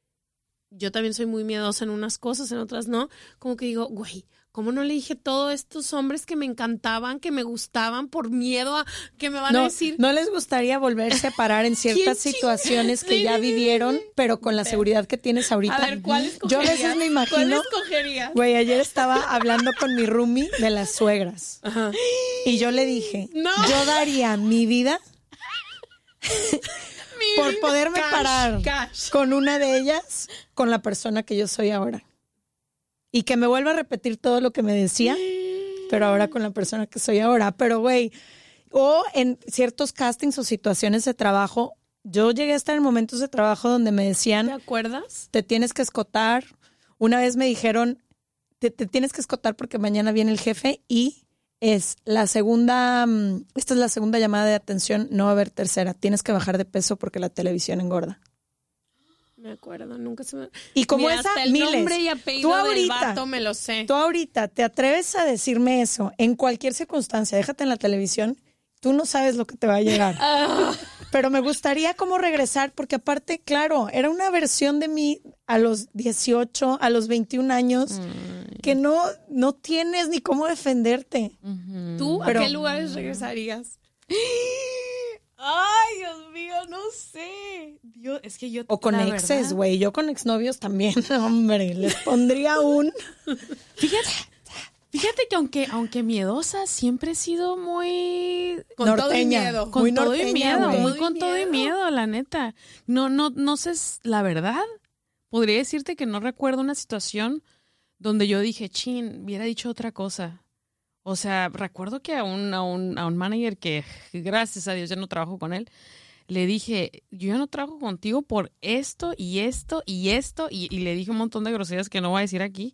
yo también soy muy miedosa en unas cosas, en otras no, como que digo, güey, ¿cómo no le dije todo a estos hombres que me encantaban, que me gustaban por miedo a que me van no, a decir? ¿No les gustaría volverse a parar en ciertas situaciones que ya vivieron, pero con la seguridad que tienes ahorita? A ver, ¿cuál escogerías? Yo a veces me imagino... ¿Cuál escogerías? Güey, ayer estaba hablando con mi roomie de las suegras. Ajá. Y yo le dije, no. yo daría mi vida por poderme cash, parar cash. con una de ellas, con la persona que yo soy ahora. Y que me vuelva a repetir todo lo que me decía, pero ahora con la persona que soy ahora. Pero, güey, o en ciertos castings o situaciones de trabajo, yo llegué a estar en momentos de trabajo donde me decían... ¿Te acuerdas? Te tienes que escotar. Una vez me dijeron, te, te tienes que escotar porque mañana viene el jefe y es la segunda... Esta es la segunda llamada de atención, no va a haber tercera. Tienes que bajar de peso porque la televisión engorda. Me acuerdo, nunca se me... Y como Mira, esa, hasta el miles. nombre y apellido Tú ahorita, del vato me lo sé. Tú ahorita te atreves a decirme eso en cualquier circunstancia, déjate en la televisión, tú no sabes lo que te va a llegar. Ah. Pero me gustaría como regresar, porque aparte, claro, era una versión de mí a los dieciocho, a los veintiún años, mm. que no, no tienes ni cómo defenderte. Uh-huh. ¿Tú Pero, a qué lugares regresarías? Ay, Dios mío, no sé. Dios, es que yo... O con exes, güey. Yo con exnovios también, hombre. Les pondría un... Fíjate, fíjate que aunque, aunque miedosa, siempre he sido muy... Con norteña, todo y miedo. Con muy todo norteña, y miedo. Wey. Muy con miedo. todo y miedo, la neta. No, no, no sé la verdad. Podría decirte que no recuerdo una situación donde yo dije, chin, hubiera dicho otra cosa. O sea, recuerdo que a un, a un, a un manager que, gracias a Dios, ya no trabajo con él, le dije, yo ya no trabajo contigo por esto y esto y esto, y, y le dije un montón de groserías que no voy a decir aquí.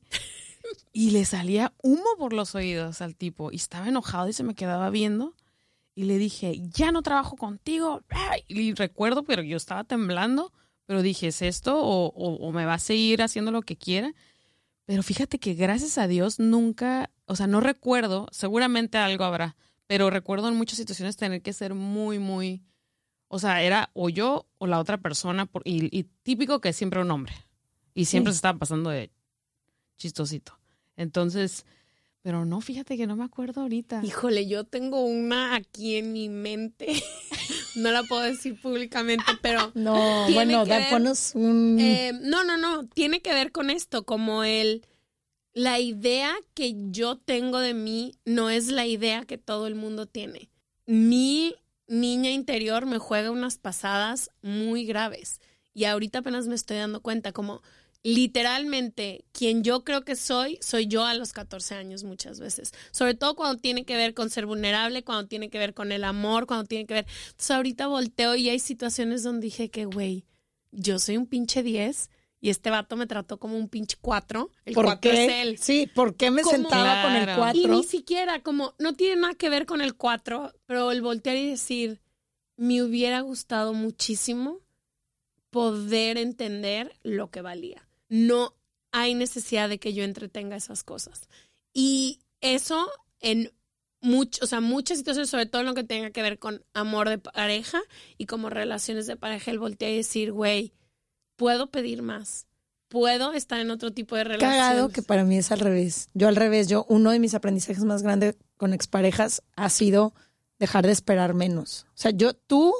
Y le salía humo por los oídos al tipo, y estaba enojado y se me quedaba viendo, y le dije, ya no trabajo contigo. Y recuerdo, pero yo estaba temblando, pero dije, ¿es esto o, o, o me va a seguir haciendo lo que quiera? Pero fíjate que gracias a Dios nunca, o sea, no recuerdo, seguramente algo habrá, pero recuerdo en muchas situaciones tener que ser muy, muy, o sea, era o yo o la otra persona, por, y, y típico que siempre un hombre, y siempre sí. se estaba pasando de chistosito. Entonces, pero no, fíjate que no me acuerdo ahorita. Híjole, yo tengo una aquí en mi mente, no la puedo decir públicamente, pero... No, bueno, da, ponos un... Eh, no, no, no, tiene que ver con esto, como el... La idea que yo tengo de mí no es la idea que todo el mundo tiene. Mi niña interior me juega unas pasadas muy graves. Y ahorita apenas me estoy dando cuenta, como literalmente quien yo creo que soy, soy yo a los catorce años muchas veces. Sobre todo cuando tiene que ver con ser vulnerable, cuando tiene que ver con el amor, cuando tiene que ver... Entonces ahorita volteo y hay situaciones donde dije que, güey, yo soy un pinche diez... Y este vato me trató como un pinche cuatro. El ¿Por cuatro qué? es él. Sí, ¿por qué me como, sentaba claro. con el cuatro? Y ni siquiera, como, no tiene nada que ver con el cuatro, pero el voltear y decir, me hubiera gustado muchísimo poder entender lo que valía. No hay necesidad de que yo entretenga esas cosas. Y eso en mucho, o sea, muchas situaciones, sobre todo en lo que tenga que ver con amor de pareja y como relaciones de pareja, el voltear y decir, güey, puedo pedir más, puedo estar en otro tipo de relaciones. Cagado que para mí es al revés. Yo al revés, yo uno de mis aprendizajes más grandes con exparejas ha sido dejar de esperar menos. O sea, yo, tú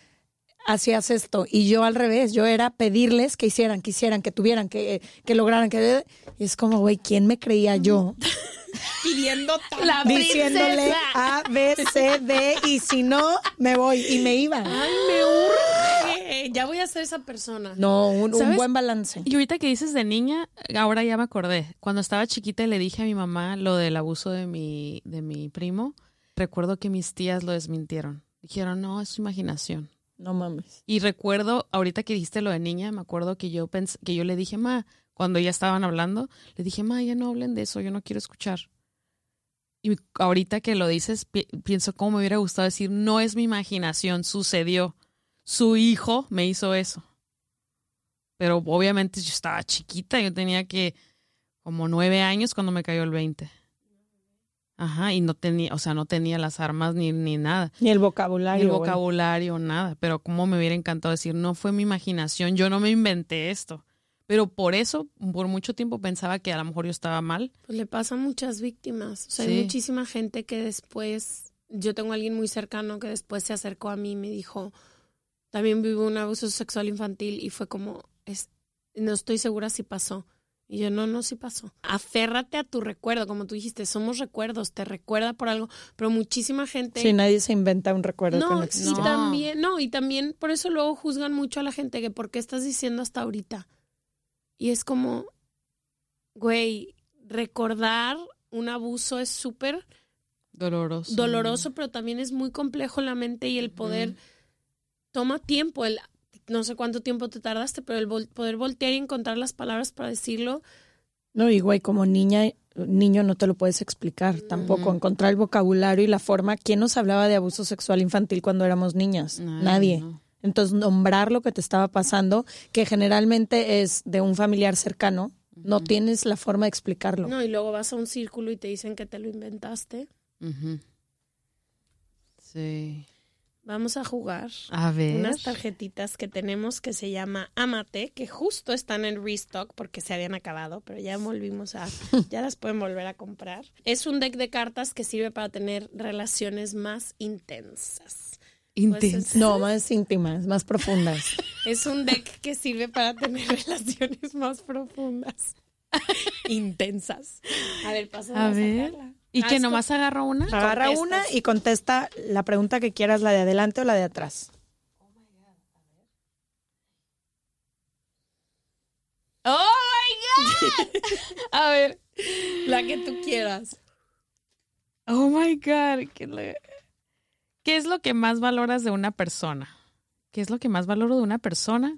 hacías esto y yo al revés, yo era pedirles que hicieran, que hicieran, que tuvieran, que, que lograran, que... Y es como, güey, ¿quién me creía yo? Pidiendo la diciéndole A, B, C, D y si no, me voy y me iba. Ay, me urge. Ya voy a ser esa persona. No, un, un buen balance. Y ahorita que dices de niña, ahora ya me acordé. Cuando estaba chiquita y le dije a mi mamá lo del abuso de mi, de mi primo, recuerdo que mis tías lo desmintieron. Dijeron, no, es su imaginación. No mames. Y recuerdo, ahorita que dijiste lo de niña, me acuerdo que yo pens- que yo le dije, ma, cuando ya estaban hablando, le dije, ma, ya no hablen de eso, yo no quiero escuchar. Y ahorita que lo dices, pi- pienso cómo me hubiera gustado decir, no es mi imaginación, sucedió. Su hijo me hizo eso. Pero obviamente yo estaba chiquita, yo tenía que como nueve años cuando me cayó el veinte. Ajá, y no tenía, o sea, no tenía las armas ni, ni nada. Ni el vocabulario. Ni el vocabulario, güey. Nada. Pero cómo me hubiera encantado decir, no fue mi imaginación, yo no me inventé esto. Pero por eso, por mucho tiempo pensaba que a lo mejor yo estaba mal. Pues le pasa a muchas víctimas. O sea, Sí. hay muchísima gente que después, yo tengo a alguien muy cercano que después se acercó a mí y me dijo, también vivo un abuso sexual infantil y fue como, es, no estoy segura si pasó. Y yo, no, no, sí pasó. Aférrate a tu recuerdo, como tú dijiste, somos recuerdos, te recuerda por algo, pero muchísima gente... Sí, nadie se inventa un recuerdo que no No, existe. y también, no, y también por eso luego juzgan mucho a la gente que por qué estás diciendo hasta ahorita. Y es como, güey, recordar un abuso es súper Doloroso. doloroso, pero también es muy complejo en la mente y el poder uh-huh. toma tiempo, el no sé cuánto tiempo te tardaste, pero el vol- poder voltear y encontrar las palabras para decirlo. No, y güey, como niña, niño no te lo puedes explicar uh-huh. tampoco. Encontrar el vocabulario y la forma. ¿Quién nos hablaba de abuso sexual infantil cuando éramos niñas? Ay, Nadie. No. Entonces, nombrar lo que te estaba pasando, que generalmente es de un familiar cercano, uh-huh. no tienes la forma de explicarlo. No, y luego vas a un círculo y te dicen que te lo inventaste. Uh-huh. Sí. Vamos a jugar a ver. unas tarjetitas que tenemos que se llama Amate, que justo están en restock porque se habían acabado, pero ya volvimos a, ya las pueden volver a comprar. Es un deck de cartas que sirve para tener relaciones más intensas. Intensas. Pues no, más íntimas, más profundas. Es un deck que sirve para tener relaciones más profundas. Intensas. A ver, pásame a, a ver. Sacarla. ¿Y que nomás agarra una? Agarra Contestas. una y contesta la pregunta que quieras, la de adelante o la de atrás. Oh my God, a ver. ¡Oh my A ver. La que tú quieras. Oh my God. ¿Qué, le... ¿Qué es lo que más valoras de una persona? ¿Qué es lo que más valoro de una persona?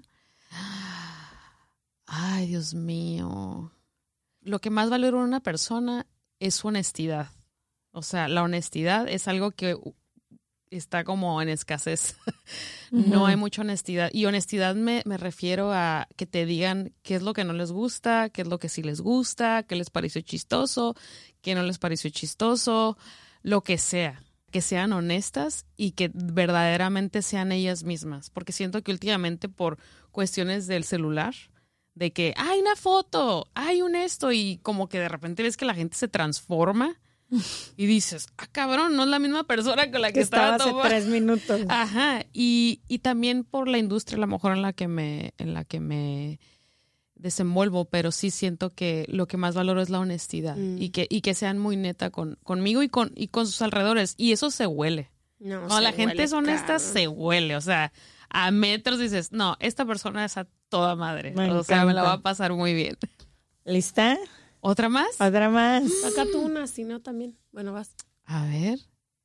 Ay, Dios mío. Lo que más valoro de una persona es su honestidad. O sea, la honestidad es algo que está como en escasez. Uh-huh. No hay mucha honestidad. Y honestidad me, me refiero a que te digan qué es lo que no les gusta, qué es lo que sí les gusta, qué les pareció chistoso, qué no les pareció chistoso, lo que sea. Que sean honestas y que verdaderamente sean ellas mismas. Porque siento que últimamente por cuestiones del celular, de que hay una foto, hay un esto, y como que de repente ves que la gente se transforma y dices, ah, cabrón, no es la misma persona con la que, que estaba hace tomando. tres minutos. Ajá, y, y también por la industria a lo mejor en la que me, en la que me desenvuelvo, pero sí siento que lo que más valoro es la honestidad mm. y que y que sean muy neta con conmigo y con y con sus alrededores, y eso se huele. No, Cuando la gente es honesta, cabrón, se huele, o sea, a metros dices, no, esta persona es a toda madre, me o encanta. sea, me la va a pasar muy bien. ¿Lista? ¿Otra más? Otra más. Saca tú una, si no también. Bueno, vas. A ver.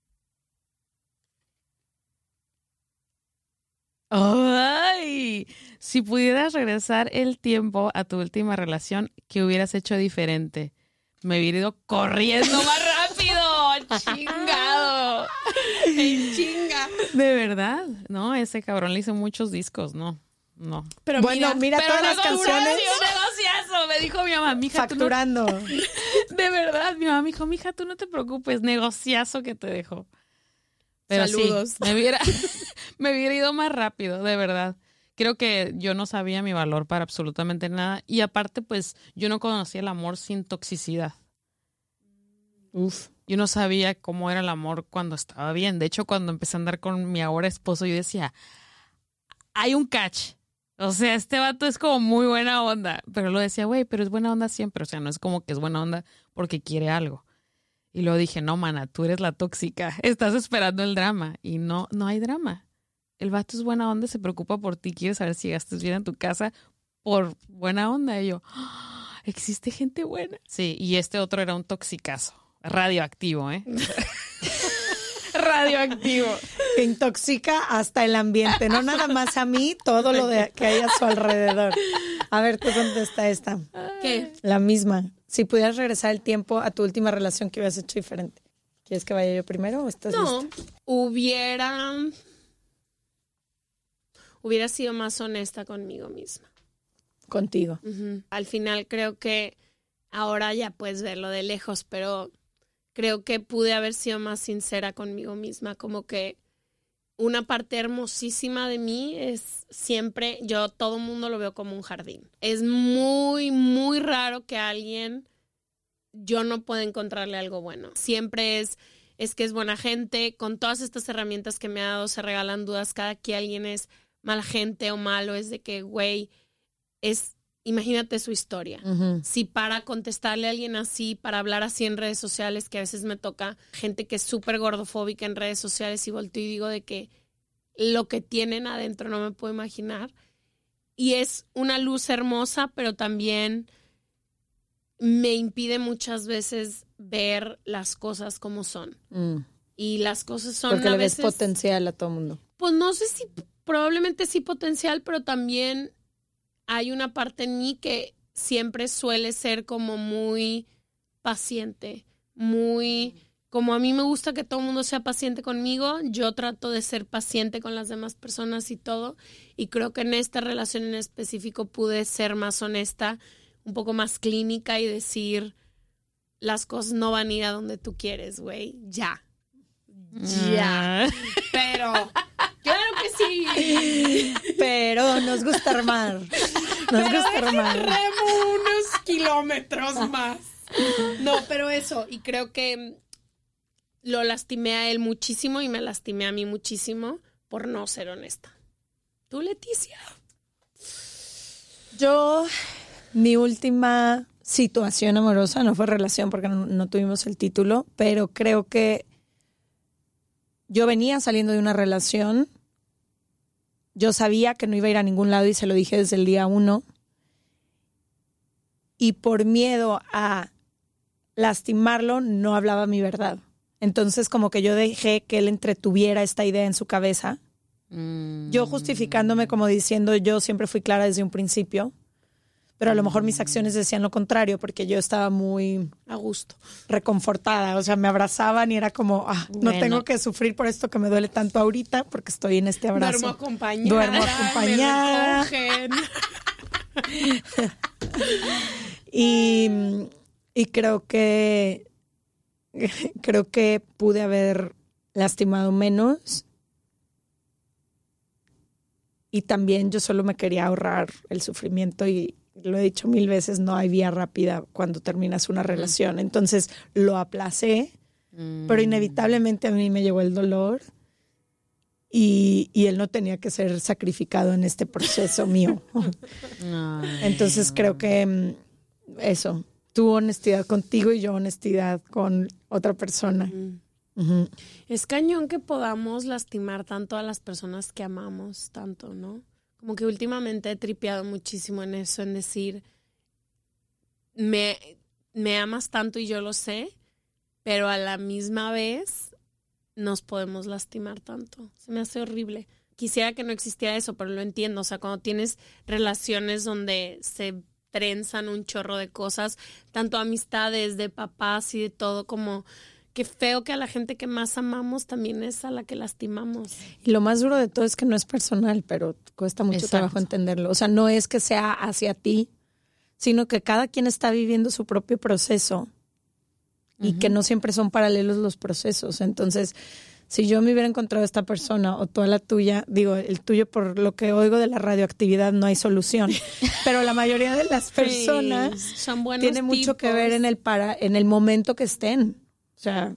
¡Ay! Si pudieras regresar el tiempo a tu última relación, ¿qué hubieras hecho diferente? Me hubiera ido corriendo más rápido. ¡Chingado! ¡En chinga! De verdad, ¿no? Ese cabrón le hizo muchos discos, ¿no? No. Pero bueno, mira, mira pero todas las canciones. Un negociazo, me dijo mi mamá, mija, facturando. Tú no... De verdad, mi mamá me dijo, mija, tú no te preocupes, negociazo que te dejó. Pero saludos. Sí, me hubiera, me hubiera ido más rápido, de verdad. Creo que yo no sabía mi valor para absolutamente nada. Y aparte, pues, yo no conocía el amor sin toxicidad. Uf. Yo no sabía cómo era el amor cuando estaba bien. De hecho, cuando empecé a andar con mi ahora esposo, yo decía, hay un catch. O sea, este vato es como muy buena onda. Pero lo decía, güey, pero es buena onda siempre. O sea, no es como que es buena onda porque quiere algo. Y luego dije, no, mana, tú eres la tóxica. Estás esperando el drama. Y no, no hay drama. El vato es buena onda, se preocupa por ti, quiere saber si gastas bien en tu casa por buena onda. Y yo, oh, ¿existe gente buena? Sí, y este otro era un toxicazo. Radioactivo, ¿eh? Radioactivo. Que intoxica hasta el ambiente, no nada más a mí, todo lo de que hay a su alrededor. A ver, tú contesta esta. ¿Qué? La misma. Si pudieras regresar el tiempo a tu última relación, ¿qué hubieras hecho diferente? ¿Quieres que vaya yo primero o estás No, lista? hubiera... Hubiera sido más honesta conmigo misma. Contigo. Uh-huh. Al final creo que ahora ya puedes verlo de lejos, pero creo que pude haber sido más sincera conmigo misma. Como que una parte hermosísima de mí es siempre, yo todo el mundo lo veo como un jardín. Es muy, muy raro que alguien, yo no pueda encontrarle algo bueno. Siempre es, es que es buena gente. Con todas estas herramientas que me ha dado, se regalan dudas. Cada que alguien es mala gente o malo, es de que, güey, es, imagínate su historia. Uh-huh. Si para contestarle a alguien así, para hablar así en redes sociales, que a veces me toca gente que es súper gordofóbica en redes sociales y volteo y digo de que lo que tienen adentro no me puedo imaginar. Y es una luz hermosa, pero también me impide muchas veces ver las cosas como son. Mm. Y las cosas son porque a le veces, ves potencial a todo mundo. Pues no sé si... Probablemente sí potencial, pero también hay una parte en mí que siempre suele ser como muy paciente, muy... Como a mí me gusta que todo el mundo sea paciente conmigo, yo trato de ser paciente con las demás personas y todo, y creo que en esta relación en específico pude ser más honesta, un poco más clínica y decir, las cosas no van a ir a donde tú quieres, güey, ya. Ya. Pero... ¡Claro que sí! Pero nos gusta armar. Nos pero gusta armar. Remo unos kilómetros más. No, pero eso. Y creo que lo lastimé a él muchísimo y me lastimé a mí muchísimo por no ser honesta. ¿Tú, Leticia? Yo, mi última situación amorosa, no fue relación porque no, no tuvimos el título, pero creo que yo venía saliendo de una relación, yo sabía que no iba a ir a ningún lado y se lo dije desde el día uno. y por miedo a lastimarlo no hablaba mi verdad. Entonces como que yo dejé que él entretuviera esta idea en su cabeza. Mm. Yo justificándome como diciendo yo siempre fui clara desde un principio, pero a lo mejor mis acciones decían lo contrario porque yo estaba muy a gusto, reconfortada. O sea, me abrazaban y era como, ah, no bueno. tengo que sufrir por esto que me duele tanto ahorita porque estoy en este abrazo. Duermo acompañada. Duermo acompañada. Me recogen. y, y creo que creo que pude haber lastimado menos. Y también yo solo me quería ahorrar el sufrimiento y lo he dicho mil veces, no hay vía rápida cuando terminas una relación. Entonces lo aplacé, mm. pero inevitablemente a mí me llegó el dolor y, y él no tenía que ser sacrificado en este proceso mío. Ay, Entonces no. creo que eso, tu honestidad contigo y yo honestidad con otra persona. Mm. Uh-huh. Es cañón que podamos lastimar tanto a las personas que amamos tanto, ¿no? Como que últimamente he tripeado muchísimo en eso, en decir, me, me amas tanto y yo lo sé, pero a la misma vez nos podemos lastimar tanto. Se me hace horrible. Quisiera que no existiera eso, pero lo entiendo. O sea, cuando tienes relaciones donde se trenzan un chorro de cosas, tanto amistades, de papás y de todo, como... Qué feo que a la gente que más amamos también es a la que lastimamos. Y lo más duro de todo es que no es personal, pero cuesta mucho Exacto. trabajo entenderlo. O sea, no es que sea hacia ti, sino que cada quien está viviendo su propio proceso uh-huh. y que no siempre son paralelos los procesos. Entonces, si yo me hubiera encontrado a esta persona o toda la tuya, digo, el tuyo por lo que oigo de la radioactividad no hay solución, pero la mayoría de las personas sí, son buenos tiene tipos. Mucho que ver en el, para, en el momento que estén. O sea,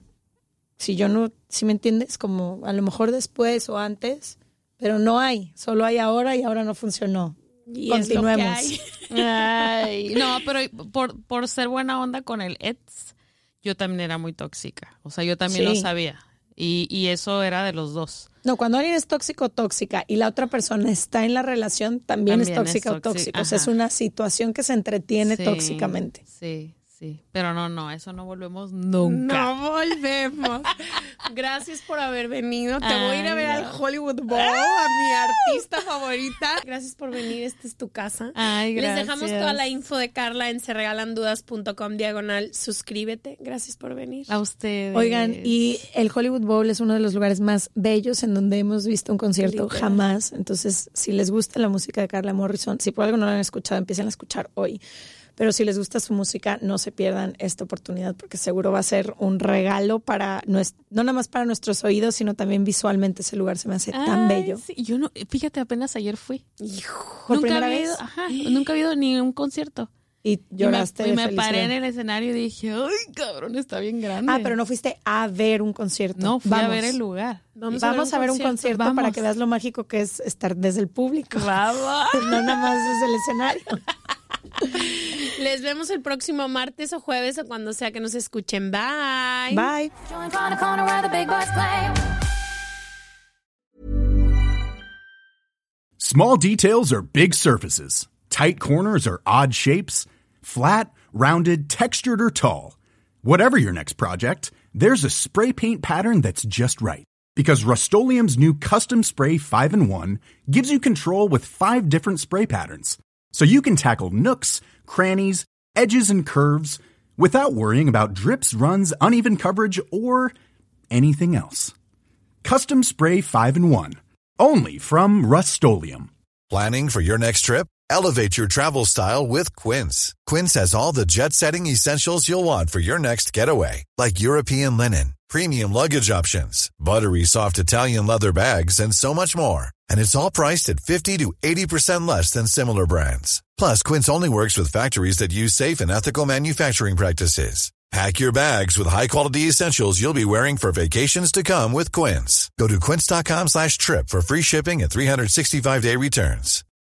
si yo no, si me entiendes, como a lo mejor después o antes, pero no hay, solo hay ahora y ahora no funcionó. Y continuemos. Es lo que hay. Ay, no, pero por, por ser buena onda con el ex, yo también era muy tóxica. O sea, yo también sí. lo sabía. Y, y eso era de los dos. No, cuando alguien es tóxico o tóxica y la otra persona está en la relación, también, también es tóxica es o tóxico. O sea, es una situación que se entretiene sí, tóxicamente. Sí. Sí, pero no, no, eso no volvemos nunca. No volvemos. Gracias por haber venido. Te Ay, voy a ir a ver no. al Hollywood Bowl, a mi artista favorita. Gracias por venir, esta es tu casa. Ay, gracias. Les dejamos toda la info de Carla en serregalandudas.com diagonal. Suscríbete. Gracias por venir. A ustedes. Oigan, y el Hollywood Bowl es uno de los lugares más bellos en donde hemos visto un concierto Literal. jamás. Entonces, si les gusta la música de Carla Morrison, si por algo no la han escuchado, empiecen a escuchar hoy. Pero si les gusta su música, no se pierdan esta oportunidad porque seguro va a ser un regalo para, no, no nada más para nuestros oídos, sino también visualmente ese lugar se me hace Ay, tan bello. Sí. Yo no, fíjate, apenas ayer fui. Hijo, ¿por nunca primera había vez? Ido, ajá, nunca había ido ni un concierto. Y lloraste y me, de y me felicidad. paré en el escenario y dije, ay, cabrón, está bien grande. Ah, pero no fuiste a ver un concierto. No, fui Vamos. a ver el lugar. Vamos, Vamos a ver un concierto, a ver un concierto Vamos. para que veas lo mágico que es estar desde el público. Vamos. No nada más desde el escenario. Les vemos el próximo martes o jueves o cuando sea que nos escuchen. Bye. Bye. Small details are big surfaces. Tight corners are odd shapes. Flat, rounded, textured, or tall. Whatever your next project, there's a spray paint pattern that's just right. Because Rust-Oleum's new Custom Spray five in one gives you control with five different spray patterns. So you can tackle nooks, crannies, edges, and curves without worrying about drips, runs, uneven coverage, or anything else. Custom Spray five in one. Only from Rust-Oleum. Planning for your next trip? Elevate your travel style with Quince. Quince has all the jet-setting essentials you'll want for your next getaway, like European linen, premium luggage options, buttery soft Italian leather bags, and so much more. And it's all priced at fifty to eighty percent less than similar brands. Plus, Quince only works with factories that use safe and ethical manufacturing practices. Pack your bags with high-quality essentials you'll be wearing for vacations to come with Quince. Go to quince.com slash trip for free shipping and three sixty-five day returns.